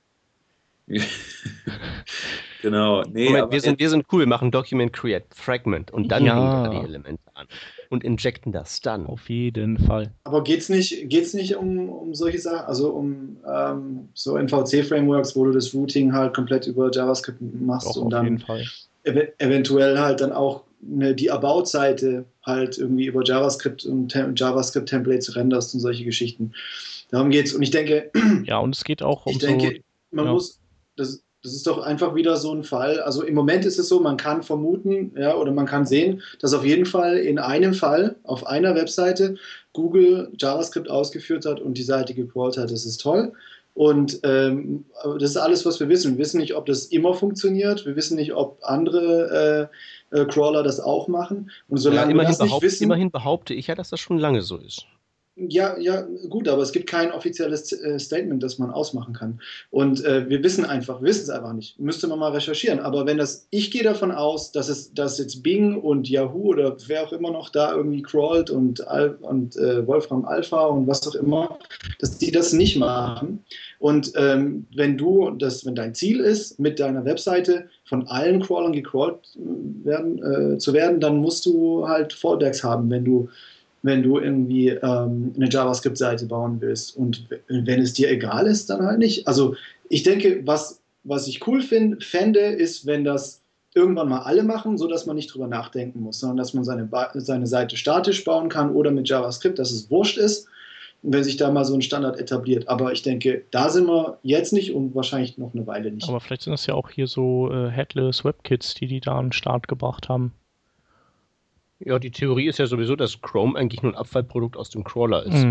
Genau. Nee, Moment, wir sind cool, wir machen Document Create Fragment und dann hängen wir da die Elemente an und injecten das dann. Auf jeden Fall. Aber geht's nicht um solche Sachen, also um so MVC-Frameworks, wo du das Routing halt komplett über JavaScript machst Doch, und auf jeden dann Fall. Eventuell halt dann auch die About-Seite halt irgendwie über JavaScript und JavaScript-Templates renderst und solche Geschichten. Darum geht's. Und ich denke... Ja, und es geht auch um man muss... Das ist doch einfach wieder so ein Fall. Also im Moment ist es so, man kann vermuten, ja, oder man kann sehen, dass auf jeden Fall in einem Fall auf einer Webseite Google JavaScript ausgeführt hat und die Seite gecrawlt hat. Das ist toll. Und das ist alles, was wir wissen. Wir wissen nicht, ob das immer funktioniert. Wir wissen nicht, ob andere Crawler das auch machen. Und solange wir das nicht wissen... Immerhin behaupte ich ja, dass das schon lange so ist. Ja, gut, aber es gibt kein offizielles Statement, das man ausmachen kann. Und wir wissen es einfach nicht. Müsste man mal recherchieren. Aber ich gehe davon aus, dass jetzt Bing und Yahoo oder wer auch immer noch da irgendwie crawlt und Wolfram Alpha und was auch immer, dass die das nicht machen. Und wenn dein Ziel ist, mit deiner Webseite von allen Crawlern gecrawlt zu werden, dann musst du halt Fallbacks haben, wenn du irgendwie eine JavaScript-Seite bauen willst. Und wenn es dir egal ist, dann halt nicht. Also ich denke, was ich cool fände, ist, wenn das irgendwann mal alle machen, sodass man nicht drüber nachdenken muss, sondern dass man seine Seite statisch bauen kann oder mit JavaScript, dass es wurscht ist, wenn sich da mal so ein Standard etabliert. Aber ich denke, da sind wir jetzt nicht und wahrscheinlich noch eine Weile nicht. Aber vielleicht sind das ja auch hier so Headless WebKits, die da an den Start gebracht haben. Ja, die Theorie ist ja sowieso, dass Chrome eigentlich nur ein Abfallprodukt aus dem Crawler ist.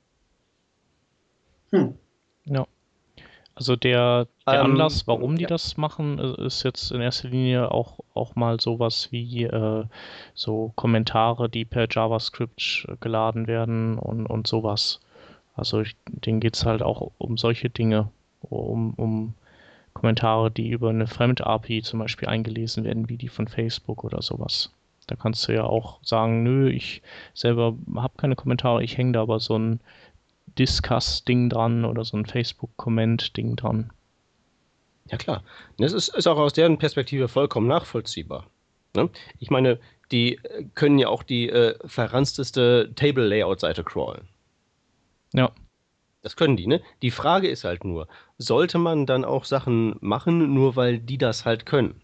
Ja. Also der Anlass, warum die das machen, ist jetzt in erster Linie auch mal sowas wie so Kommentare, die per JavaScript geladen werden und sowas. Also denen geht es halt auch um solche Dinge, um Kommentare, die über eine Fremd-API zum Beispiel eingelesen werden, wie die von Facebook oder sowas. Da kannst du ja auch sagen, nö, ich selber habe keine Kommentare, ich hänge da aber so ein Discuss-Ding dran oder so ein Facebook-Comment-Ding dran. Ja klar, das ist auch aus deren Perspektive vollkommen nachvollziehbar. Ne? Ich meine, die können ja auch die verransteste Table-Layout-Seite crawlen. Ja. Das können die, ne? Die Frage ist halt nur, sollte man dann auch Sachen machen, nur weil die das halt können?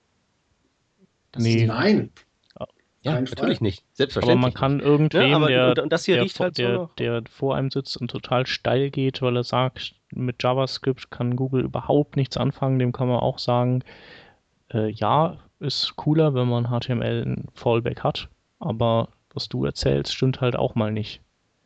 Nee. Nein. Ja, Kein natürlich Fall. nicht. Aber Selbstverständlich man kann nicht. irgendwem, Ne? Aber der, und das hier der, riecht halt so der, nach. der vor einem sitzt und total steil geht, weil er sagt, mit JavaScript kann Google überhaupt nichts anfangen, dem kann man auch sagen, ja, ist cooler, wenn man HTML ein Fallback hat, aber was du erzählst, stimmt halt auch mal nicht.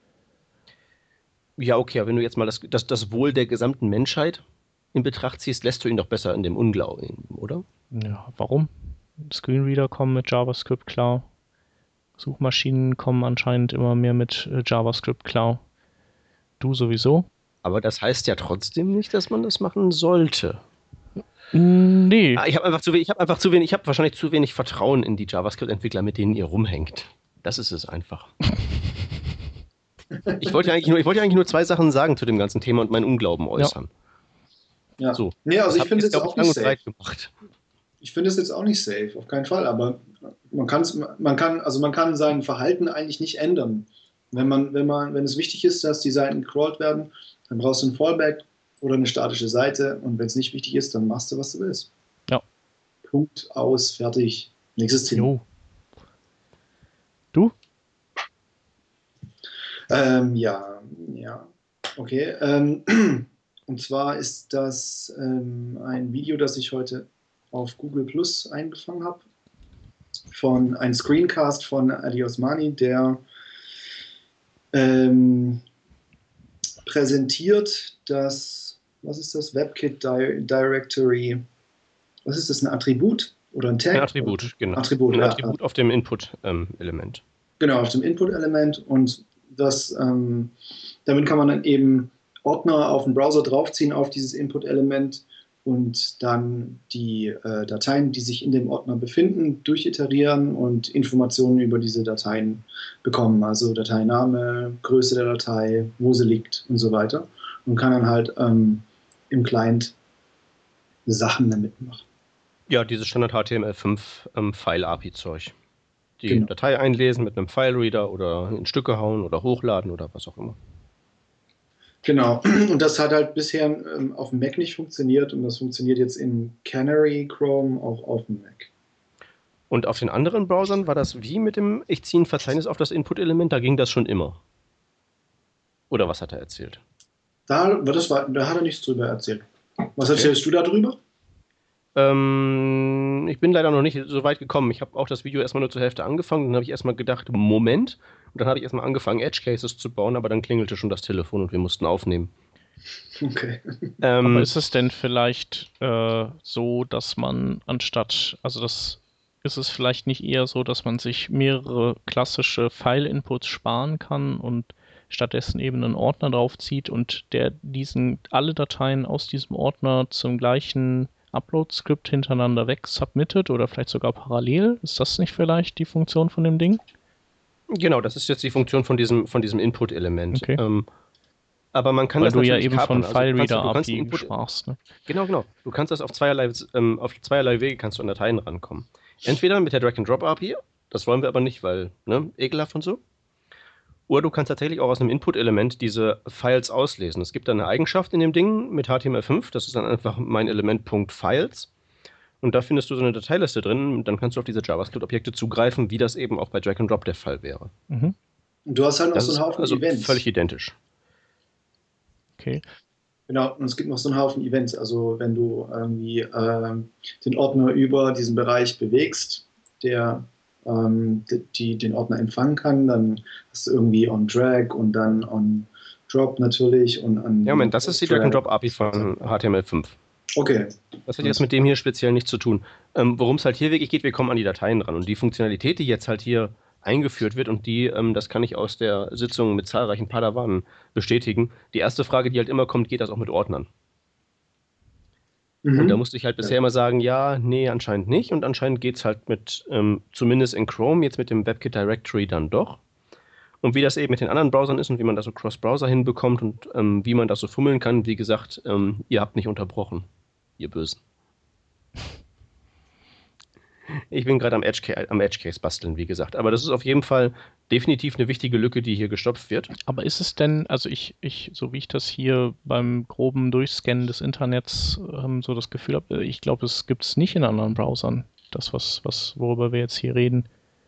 Ja, okay, aber wenn du jetzt mal das Wohl der gesamten Menschheit in Betracht ziehst, lässt du ihn doch besser in dem Unglauben, oder? Ja, warum? Screenreader kommen mit JavaScript klar. Suchmaschinen kommen anscheinend immer mehr mit JavaScript klar. Du sowieso? Aber das heißt ja trotzdem nicht, dass man das machen sollte. Nee. Ich habe wahrscheinlich zu wenig Vertrauen in die JavaScript-Entwickler, mit denen ihr rumhängt. Das ist es einfach. Ich wollte ja eigentlich nur zwei Sachen sagen zu dem ganzen Thema und meinen Unglauben äußern. Ja. So. Nee, also Das ich finde es hab jetzt auch lang nicht und breit safe. gemacht. Ich finde es jetzt auch nicht safe, auf keinen Fall. Aber man kann sein Verhalten eigentlich nicht ändern. Wenn es wichtig ist, dass die Seiten gecrawlt werden, dann brauchst du ein Fallback oder eine statische Seite. Und wenn es nicht wichtig ist, dann machst du, was du willst. Ja. Punkt, aus, fertig. Nächstes Thema. Jo. Du? Ja. Okay. Und zwar ist das ein Video, das ich heute auf Google Plus eingefangen habe, von einem Screencast von Adi Osmani, der präsentiert was ist das? WebKit Directory. Was ist das? Ein Attribut oder ein Tag? Ein Attribut, genau. Attribut, ein ja. Attribut auf dem Input-Element. Genau, auf dem Input-Element. Und damit kann man dann eben Ordner auf den Browser draufziehen auf dieses Input-Element und dann die Dateien, die sich in dem Ordner befinden, durchiterieren und Informationen über diese Dateien bekommen. Also Dateiname, Größe der Datei, wo sie liegt und so weiter. Und kann dann halt im Client Sachen damit machen. Ja, dieses Standard HTML5 File-API-Zeug. Die Genau. Datei einlesen mit einem File-Reader oder in Stücke hauen oder hochladen oder was auch immer. Genau, und das hat halt bisher auf dem Mac nicht funktioniert und das funktioniert jetzt in Canary Chrome auch auf dem Mac. Und auf den anderen Browsern war das wie mit dem, ich ziehe ein Verzeichnis auf das Input-Element, da ging das schon immer. Oder was hat er erzählt? Da hat er nichts drüber erzählt. Was erzählst du da drüber? Ich bin leider noch nicht so weit gekommen. Ich habe auch das Video erstmal nur zur Hälfte angefangen. Dann habe ich erstmal gedacht, Moment. Und dann habe ich erstmal angefangen, Edge Cases zu bauen, aber dann klingelte schon das Telefon und wir mussten aufnehmen. Okay. Aber ist es denn vielleicht so, dass man ist es vielleicht nicht eher so, dass man sich mehrere klassische File-Inputs sparen kann und stattdessen eben einen Ordner draufzieht und der alle Dateien aus diesem Ordner zum gleichen Upload-Skript hintereinander weg submittet oder vielleicht sogar parallel? Ist das nicht vielleicht die Funktion von dem Ding? Genau, das ist jetzt die Funktion von diesem Input-Element. Okay. Aber man kann Weil das du ja natürlich eben kapern. von FileReader du kannst API Input, sprachst. Ne? Genau. Du kannst das auf zweierlei Wege kannst du an Dateien rankommen. Entweder mit der Drag-and-Drop-API, das wollen wir aber nicht, weil, ekelhaft und so. Oder du kannst tatsächlich auch aus einem Input-Element diese Files auslesen. Es gibt da eine Eigenschaft in dem Ding mit HTML5, das ist dann einfach mein Element.files. Und da findest du so eine Dateiliste drin und dann kannst du auf diese JavaScript-Objekte zugreifen, wie das eben auch bei Drag-and-Drop der Fall wäre. Mhm. Und du hast halt noch Das so einen Haufen ist also Events. völlig identisch. Okay. Genau, und es gibt noch so einen Haufen Events. Also wenn du irgendwie den Ordner über diesen Bereich bewegst, der den Ordner empfangen kann, dann hast du irgendwie on Drag und dann on Drop natürlich und an. Ja, Moment, das ist die Drag-and-Drop-API von HTML5. Okay. Das hat jetzt mit dem hier speziell nichts zu tun. Worum es halt hier wirklich geht, wir kommen an die Dateien ran. Und die Funktionalität, die jetzt halt hier eingeführt wird und die, das kann ich aus der Sitzung mit zahlreichen Padawanen bestätigen, die erste Frage, die halt immer kommt, geht das auch mit Ordnern? Und da musste ich halt bisher immer sagen, ja, nee, anscheinend nicht. Und anscheinend geht es halt mit, zumindest in Chrome, jetzt mit dem WebKit Directory dann doch. Und wie das eben mit den anderen Browsern ist und wie man das so Cross-Browser hinbekommt und wie man das so fummeln kann, wie gesagt, ihr habt nicht unterbrochen, ihr Bösen. Ich bin gerade am Edge-Case basteln, wie gesagt. Aber das ist auf jeden Fall definitiv eine wichtige Lücke, die hier gestopft wird. Aber ist es denn, also so wie ich das hier beim groben Durchscannen des Internets so das Gefühl habe, ich glaube, es gibt es nicht in anderen Browsern, das, worüber wir jetzt hier reden.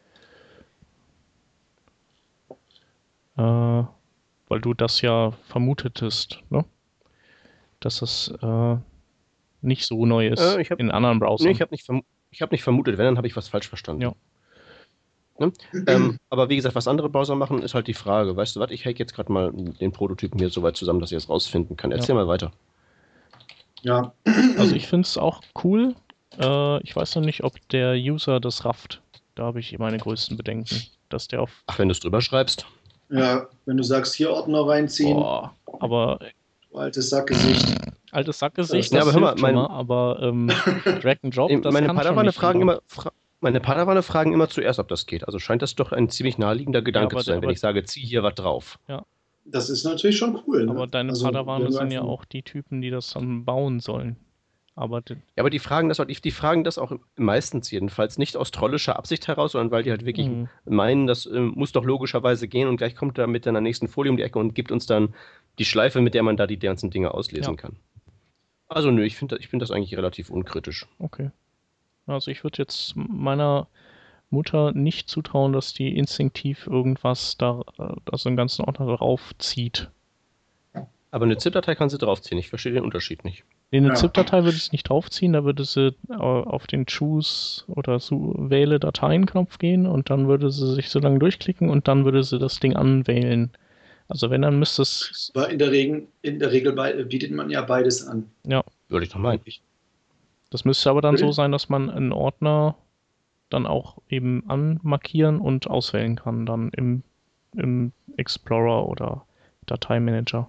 Weil du das ja vermutetest, ne? Dass es nicht so neu ist in anderen Browsern. Nee, ich hab nicht vermutet, wenn, dann habe ich was falsch verstanden. Ja. Ne? Aber wie gesagt, was andere Browser machen, ist halt die Frage. Weißt du was, ich hack jetzt gerade mal den Prototypen hier so weit zusammen, dass ich es rausfinden kann. Erzähl mal weiter. Ja. Also ich finde es auch cool. Ich weiß noch nicht, ob der User das rafft. Da habe ich meine größten Bedenken. Dass der auf... Ach, wenn du es drüber schreibst? Ja, wenn du sagst, hier Ordner reinziehen. Boah, aber... Altes Sackgesicht. Altes Sackgesicht, ja, das aber hör mal, hilft schon mal, aber Drag and Drop, das meine kann Padawane schon nicht. Meine Padawane fragen immer zuerst, ob das geht. Also scheint das doch ein ziemlich naheliegender Gedanke zu sein, wenn ich sage, zieh hier was drauf. Ja. Das ist natürlich schon cool. Ne? Aber deine Padawane sind ja auch die Typen, die das dann bauen sollen. Aber die fragen das auch meistens jedenfalls nicht aus trollischer Absicht heraus, sondern weil die halt wirklich meinen, das muss doch logischerweise gehen und gleich kommt er mit einer nächsten Folie um die Ecke und gibt uns dann die Schleife, mit der man da die ganzen Dinge auslesen kann. Also nö, ich finde das eigentlich relativ unkritisch. Okay. Also ich würde jetzt meiner Mutter nicht zutrauen, dass die instinktiv irgendwas also einen ganzen Ordner drauf zieht. Aber eine ZIP-Datei kann sie draufziehen, ich verstehe den Unterschied nicht. In eine ZIP-Datei würde es nicht draufziehen, da würde sie auf den Choose oder Wähle Dateien-Knopf gehen und dann würde sie sich so lange durchklicken und dann würde sie das Ding anwählen. Also wenn, dann müsste es... Aber in der Regel bietet man ja beides an. Ja. Würde ich doch meinen. Das müsste aber dann so sein, dass man einen Ordner dann auch eben anmarkieren und auswählen kann, dann im Explorer oder Dateimanager.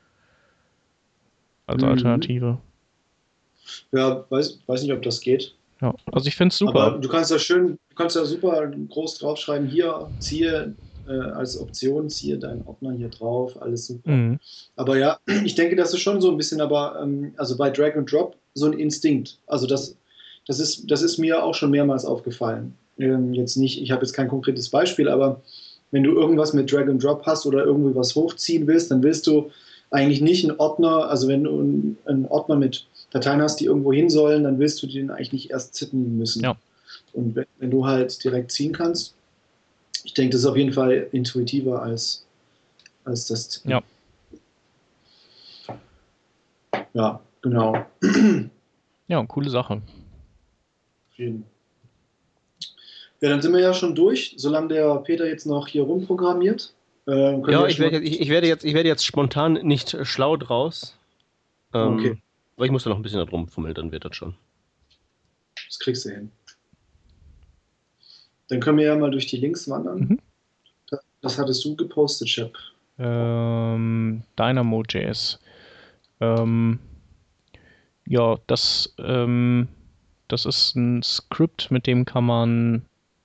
Als Alternative. Ja, weiß nicht, ob das geht. Ja, also ich finde es super. Aber du kannst ja super groß draufschreiben, hier, ziehe als Option, ziehe deinen Ordner hier drauf, alles super. Aber ja, ich denke, das ist schon so ein bisschen, aber also bei Drag and Drop so ein Instinkt. Also das ist mir auch schon mehrmals aufgefallen. Jetzt nicht, ich habe jetzt kein konkretes Beispiel, aber wenn du irgendwas mit Drag and Drop hast oder irgendwie was hochziehen willst, dann willst du eigentlich nicht einen Ordner, also wenn du einen Ordner mit Dateien hast, die irgendwo hin sollen, dann willst du den eigentlich nicht erst zippen müssen. Ja. Und wenn du halt direkt ziehen kannst, ich denke, das ist auf jeden Fall intuitiver als das Zippen. Ja. Ja, genau. Ja, coole Sache. Ja, dann sind wir ja schon durch, solange der Peter jetzt noch hier rumprogrammiert. Ja, ich werde jetzt spontan nicht schlau draus. Okay. Aber ich muss da noch ein bisschen drum fummeln, dann wird das schon. Das kriegst du hin. Dann können wir ja mal durch die Links wandern. Das hattest du gepostet, Chip. Dynamo.js. Ja, das ist ein Skript, mit dem kann man...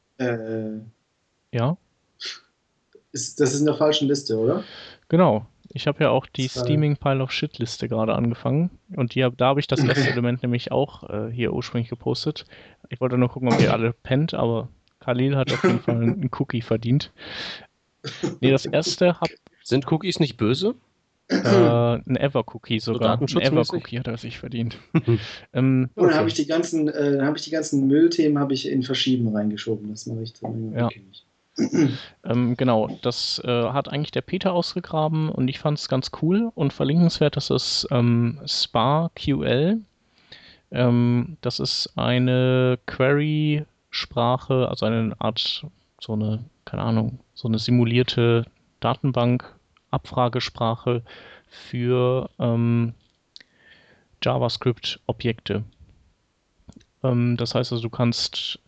Ja? Das ist in der falschen Liste, oder? Genau. Ich habe ja auch die Steaming Pile of Shit Liste gerade angefangen und da habe ich das erste Element nämlich auch hier ursprünglich gepostet. Ich wollte nur gucken, ob ihr alle pennt, aber Khalil hat auf jeden Fall einen Cookie verdient. Nee, das erste Sind Cookies nicht böse? Ein Ever-Cookie sogar. So ein Ever-Cookie hat er sich verdient. Und dann habe ich die ganzen Müllthemen in Verschieben reingeschoben. Das mache ich dann nicht. Genau, das hat eigentlich der Peter ausgegraben und ich fand es ganz cool und verlinkenswert. Das ist SparQL. Das ist eine Query-Sprache, also eine Art, keine Ahnung, so eine simulierte Datenbank-Abfragesprache für JavaScript-Objekte. Das heißt also, du kannst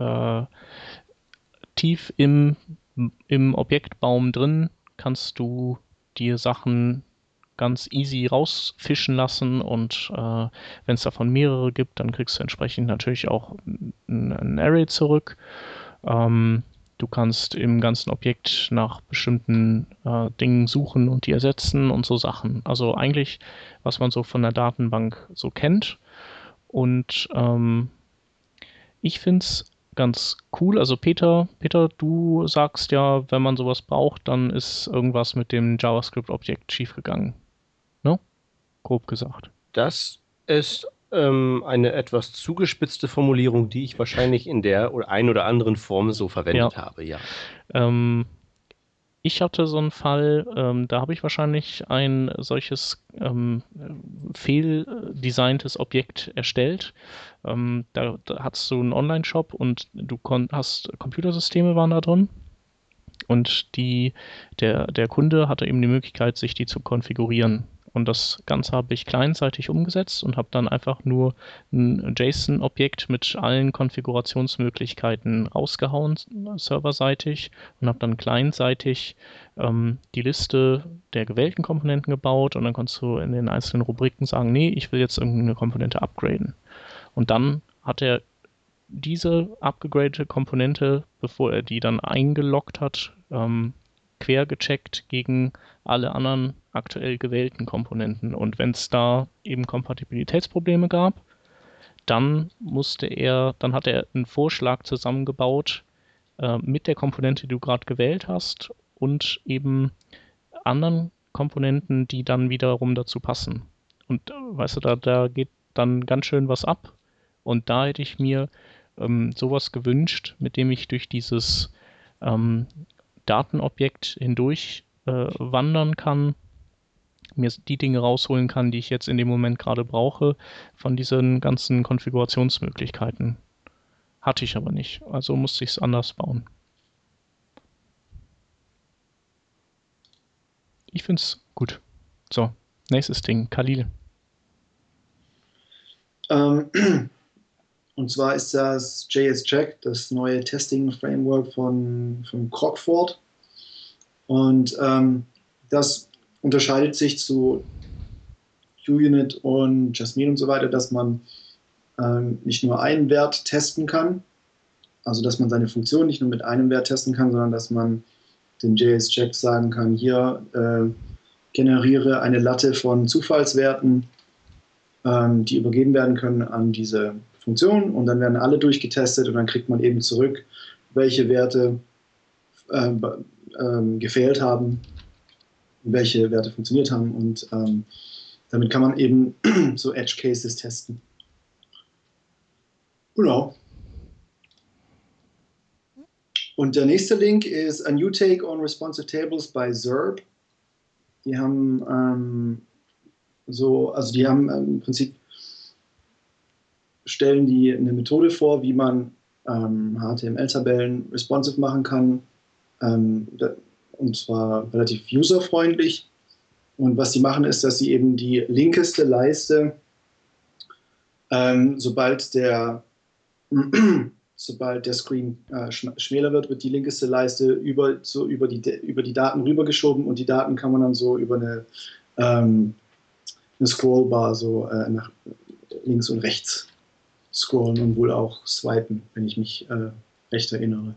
tief im Objektbaum drin kannst du dir Sachen ganz easy rausfischen lassen und wenn es davon mehrere gibt, dann kriegst du entsprechend natürlich auch ein Array zurück. Du kannst im ganzen Objekt nach bestimmten Dingen suchen und die ersetzen und so Sachen. Also eigentlich, was man so von der Datenbank so kennt. Und ich finde es ganz cool. Also Peter, du sagst ja, wenn man sowas braucht, dann ist irgendwas mit dem JavaScript-Objekt schiefgegangen. Ne? Grob gesagt. Das ist eine etwas zugespitzte Formulierung, die ich wahrscheinlich in der oder einen oder anderen Form so verwendet habe, ja. Ich hatte so einen Fall, da habe ich wahrscheinlich ein solches fehldesigntes Objekt erstellt. Da hattest du einen Online-Shop und du hast Computersysteme waren da drin. Und der Kunde hatte eben die Möglichkeit, sich die zu konfigurieren. Und das Ganze habe ich clientseitig umgesetzt und habe dann einfach nur ein JSON-Objekt mit allen Konfigurationsmöglichkeiten rausgehauen, serverseitig, und habe dann clientseitig die Liste der gewählten Komponenten gebaut, und dann konntest du in den einzelnen Rubriken sagen, nee, ich will jetzt irgendeine Komponente upgraden. Und dann hat er diese abgegradete Komponente, bevor er die dann eingeloggt hat, quer gecheckt gegen alle anderen aktuell gewählten Komponenten. Und wenn es da eben Kompatibilitätsprobleme gab, dann hat er einen Vorschlag zusammengebaut mit der Komponente, die du gerade gewählt hast, und eben anderen Komponenten, die dann wiederum dazu passen. Und weißt du, da geht dann ganz schön was ab. Und da hätte ich mir sowas gewünscht, mit dem ich durch dieses Datenobjekt hindurch wandern kann, mir die Dinge rausholen kann, die ich jetzt in dem Moment gerade brauche, von diesen ganzen Konfigurationsmöglichkeiten. Hatte ich aber nicht, also musste ich es anders bauen. Ich finde es gut. So, nächstes Ding, Khalil. Und zwar ist das JS-Check, das neue Testing-Framework von Crockford. Und das unterscheidet sich zu QUnit und Jasmine und so weiter, dass man nicht nur einen Wert testen kann, also dass man seine Funktion nicht nur mit einem Wert testen kann, sondern dass man dem JS-Check sagen kann, hier generiere eine Latte von Zufallswerten, die übergeben werden können an diese Funktion, und dann werden alle durchgetestet und dann kriegt man eben zurück, welche Werte gefehlt haben, welche Werte funktioniert haben, und damit kann man eben so Edge Cases testen. Genau. Und der nächste Link ist A New Take on Responsive Tables by Zerb. Die haben im Prinzip stellen die eine Methode vor, wie man HTML-Tabellen responsive machen kann, und zwar relativ userfreundlich. Und was sie machen, ist, dass sie eben die linkeste Leiste, sobald der Screen schmäler wird die linkeste Leiste über die Daten rübergeschoben, und die Daten kann man dann so über eine Scrollbar so nach links und rechts scrollen und wohl auch swipen, wenn ich mich recht erinnere.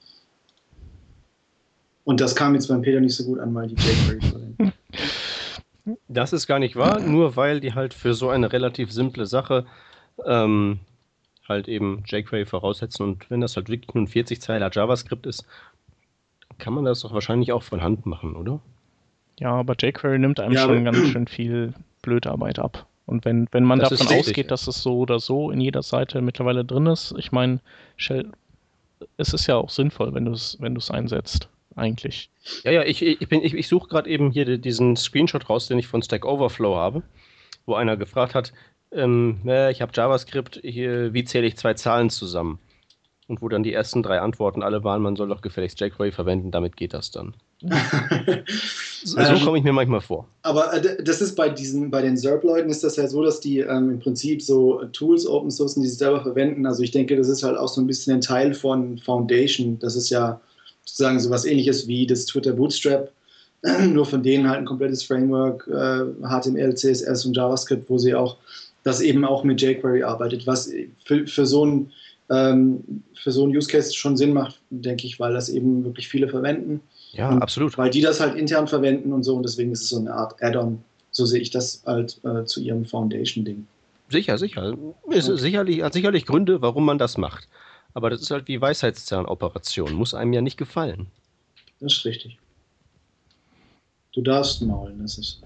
Und das kam jetzt beim Peter nicht so gut an, weil die jQuery verwenden. Das ist gar nicht wahr, nur weil die halt für so eine relativ simple Sache halt eben jQuery voraussetzen, und wenn das halt wirklich nur ein 40-Zeiler JavaScript ist, kann man das doch wahrscheinlich auch von Hand machen, oder? Ja, aber jQuery nimmt einem schon ganz schön viel Blödarbeit ab. Und wenn man davon ausgeht, dass es so oder so in jeder Seite mittlerweile drin ist, ich meine, es ist ja auch sinnvoll, wenn du es einsetzt, eigentlich. Ja, ich suche gerade eben hier diesen Screenshot raus, den ich von Stack Overflow habe, wo einer gefragt hat, ich habe JavaScript, wie zähle ich 2 Zahlen zusammen? Und wo dann die ersten 3 Antworten alle waren, man soll doch gefälligst jQuery verwenden, damit geht das dann. So komme ich mir manchmal vor. Aber das ist bei den Zerb-Leuten ist das ja so, dass die im Prinzip so Tools open sourcen, die sie selber verwenden. Also ich denke, das ist halt auch so ein bisschen ein Teil von Foundation. Das ist ja sozusagen so was Ähnliches wie das Twitter Bootstrap, nur von denen halt ein komplettes Framework, HTML, CSS und JavaScript, wo sie auch das eben auch mit jQuery arbeitet, was für so ein Use Case schon Sinn macht, denke ich, weil das eben wirklich viele verwenden. Ja, und absolut. Weil die das halt intern verwenden und so, und deswegen ist es so eine Art Add-on. So sehe ich das halt zu ihrem Foundation-Ding. Sicher. Hat sicherlich Gründe, warum man das macht. Aber das ist halt wie Weisheitszahnoperation. Muss einem ja nicht gefallen. Das ist richtig. Du darfst maulen, das ist.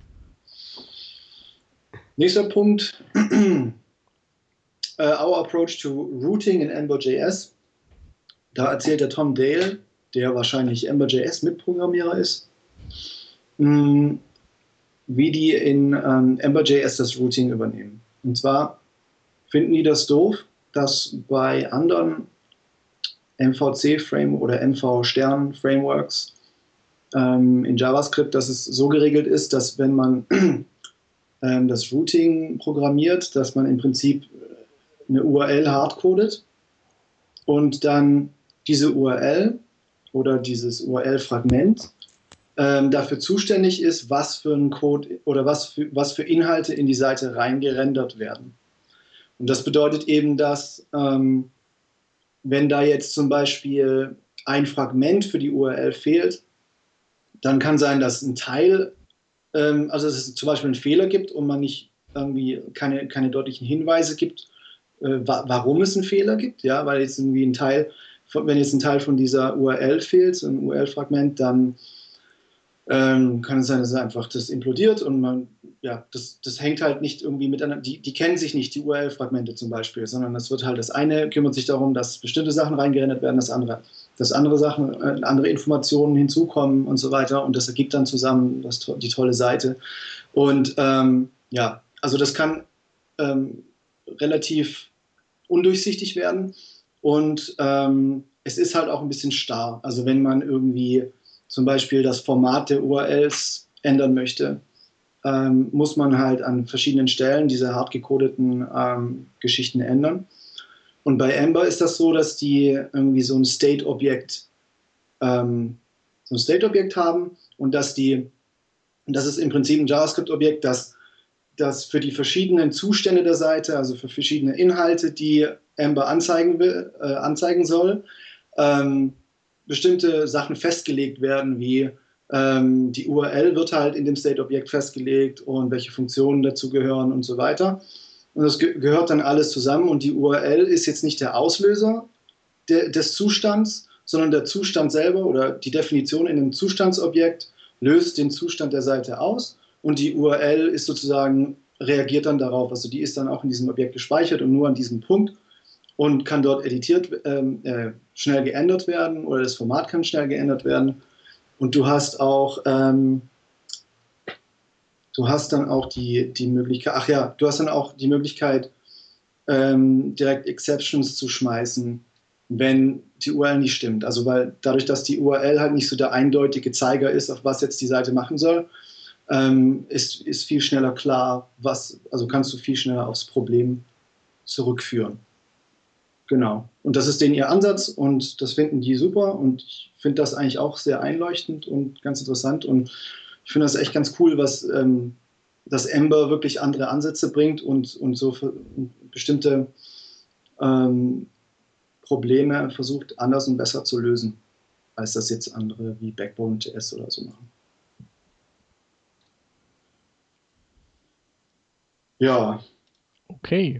Nächster Punkt. Our approach to routing in Ember.js. Da erzählt der Tom Dale, der wahrscheinlich Ember.js Mitprogrammierer ist, wie die in Ember.js das Routing übernehmen. Und zwar finden die das doof, dass bei anderen MVC-Frame oder MV-Stern-Frameworks in JavaScript, dass es so geregelt ist, dass wenn man das Routing programmiert, dass man im Prinzip eine URL hardcodet und dann diese URL oder dieses URL-Fragment dafür zuständig ist, was für ein Code oder was für Inhalte in die Seite reingerendert werden. Und das bedeutet eben, dass wenn da jetzt zum Beispiel ein Fragment für die URL fehlt, dann kann sein, dass ein Teil, also dass es zum Beispiel einen Fehler gibt und man nicht irgendwie keine deutlichen Hinweise gibt, warum es einen Fehler gibt, ja, weil jetzt irgendwie wenn jetzt ein Teil von dieser URL fehlt, so ein URL-Fragment, dann kann es sein, dass einfach das implodiert und das hängt halt nicht irgendwie miteinander, die kennen sich nicht, die URL-Fragmente zum Beispiel, sondern das wird halt, das eine kümmert sich darum, dass bestimmte Sachen reingerendert werden, dass andere Informationen hinzukommen und so weiter und das ergibt dann zusammen die tolle Seite. Und also das kann relativ undurchsichtig werden und es ist halt auch ein bisschen starr. Also wenn man irgendwie zum Beispiel das Format der URLs ändern möchte, muss man halt an verschiedenen Stellen diese hart gecodeten Geschichten ändern. Und bei Ember ist das so, dass die irgendwie so ein State-Objekt haben und das ist im Prinzip ein JavaScript-Objekt, das für die verschiedenen Zustände der Seite, also für verschiedene Inhalte, die Ember anzeigen soll, bestimmte Sachen festgelegt werden, wie die URL wird halt in dem State-Objekt festgelegt und welche Funktionen dazu gehören und so weiter. Und das gehört dann alles zusammen und die URL ist jetzt nicht der Auslöser des Zustands, sondern der Zustand selber oder die Definition in einem Zustandsobjekt löst den Zustand der Seite aus und die URL ist sozusagen, reagiert dann darauf, also die ist dann auch in diesem Objekt gespeichert und nur an diesem Punkt und kann dort schnell geändert werden oder das Format kann schnell geändert werden. Und du hast auch dann auch die Möglichkeit, direkt Exceptions zu schmeißen, wenn die URL nicht stimmt. Also weil dadurch, dass die URL halt nicht so der eindeutige Zeiger ist, auf was jetzt die Seite machen soll, ist viel schneller klar, also kannst du viel schneller aufs Problem zurückführen. Genau. Und das ist denen ihr Ansatz und das finden die super und ich finde das eigentlich auch sehr einleuchtend und ganz interessant und ich finde das echt ganz cool, dass Ember wirklich andere Ansätze bringt und so für bestimmte Probleme versucht, anders und besser zu lösen, als das jetzt andere wie Backbone.js oder so machen. Ja. Okay.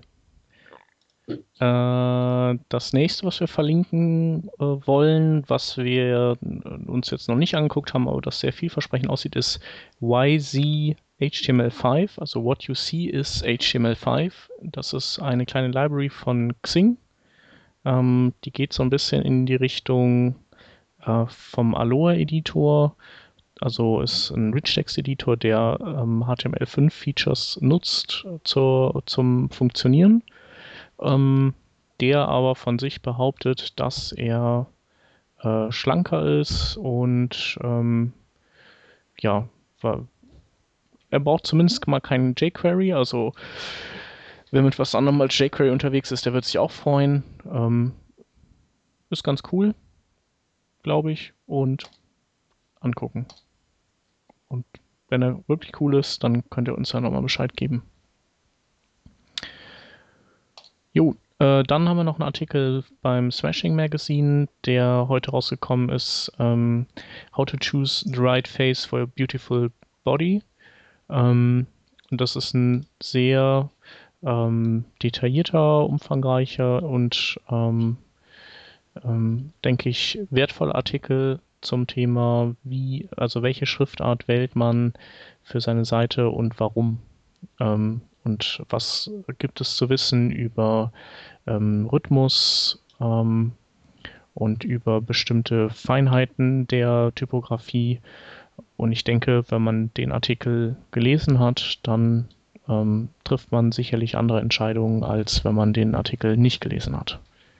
Das nächste, was wir verlinken wollen, was wir uns jetzt noch nicht angeguckt haben, aber das sehr vielversprechend aussieht, ist YZ HTML5. Also What You See is HTML5. Das ist eine kleine Library von Xing. Die geht so ein bisschen in die Richtung vom Aloha-Editor. Also ist ein Rich-Text-Editor, der HTML5-Features nutzt zum Funktionieren. Der aber von sich behauptet, dass er schlanker ist und er braucht zumindest mal keinen jQuery, also wer mit was anderem als jQuery unterwegs ist, der wird sich auch freuen. Ist ganz cool, glaube ich, und angucken. Und wenn er wirklich cool ist, dann könnt ihr uns ja nochmal Bescheid geben. Jo, dann haben wir noch einen Artikel beim Smashing Magazine, der heute rausgekommen ist. How to choose the right face for a beautiful body. Und das ist ein sehr detaillierter, umfangreicher und denke ich, wertvolle Artikel zum Thema, welche Schriftart wählt man für seine Seite und warum. Und was gibt es zu wissen über Rhythmus und über bestimmte Feinheiten der Typografie. Und ich denke, wenn man den Artikel gelesen hat, dann trifft man sicherlich andere Entscheidungen, als wenn man den Artikel nicht gelesen hat.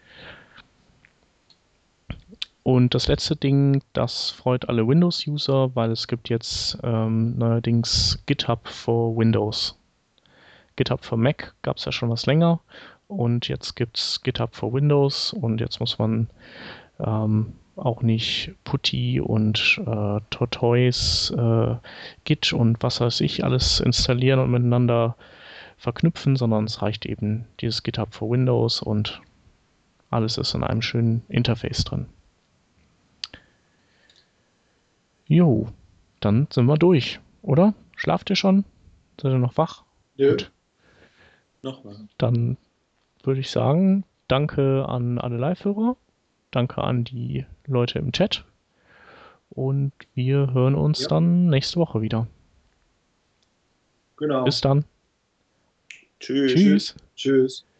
Und das letzte Ding, das freut alle Windows-User, weil es gibt jetzt neuerdings GitHub for Windows. GitHub for Mac gab es ja schon was länger und jetzt gibt es GitHub for Windows und jetzt muss man auch nicht Putty und Tortoise, Git und was weiß ich alles installieren und miteinander verknüpfen, sondern es reicht eben dieses GitHub for Windows und alles ist in einem schönen Interface drin. Jo, dann sind wir durch, oder? Schlaft ihr schon? Seid ihr noch wach? Nö. Gut. Noch mal. Dann würde ich sagen, danke an alle Live-Hörer, danke an die Leute im Chat und wir hören uns dann nächste Woche wieder. Genau. Bis dann. Tschüss. Tschüss. Tschüss.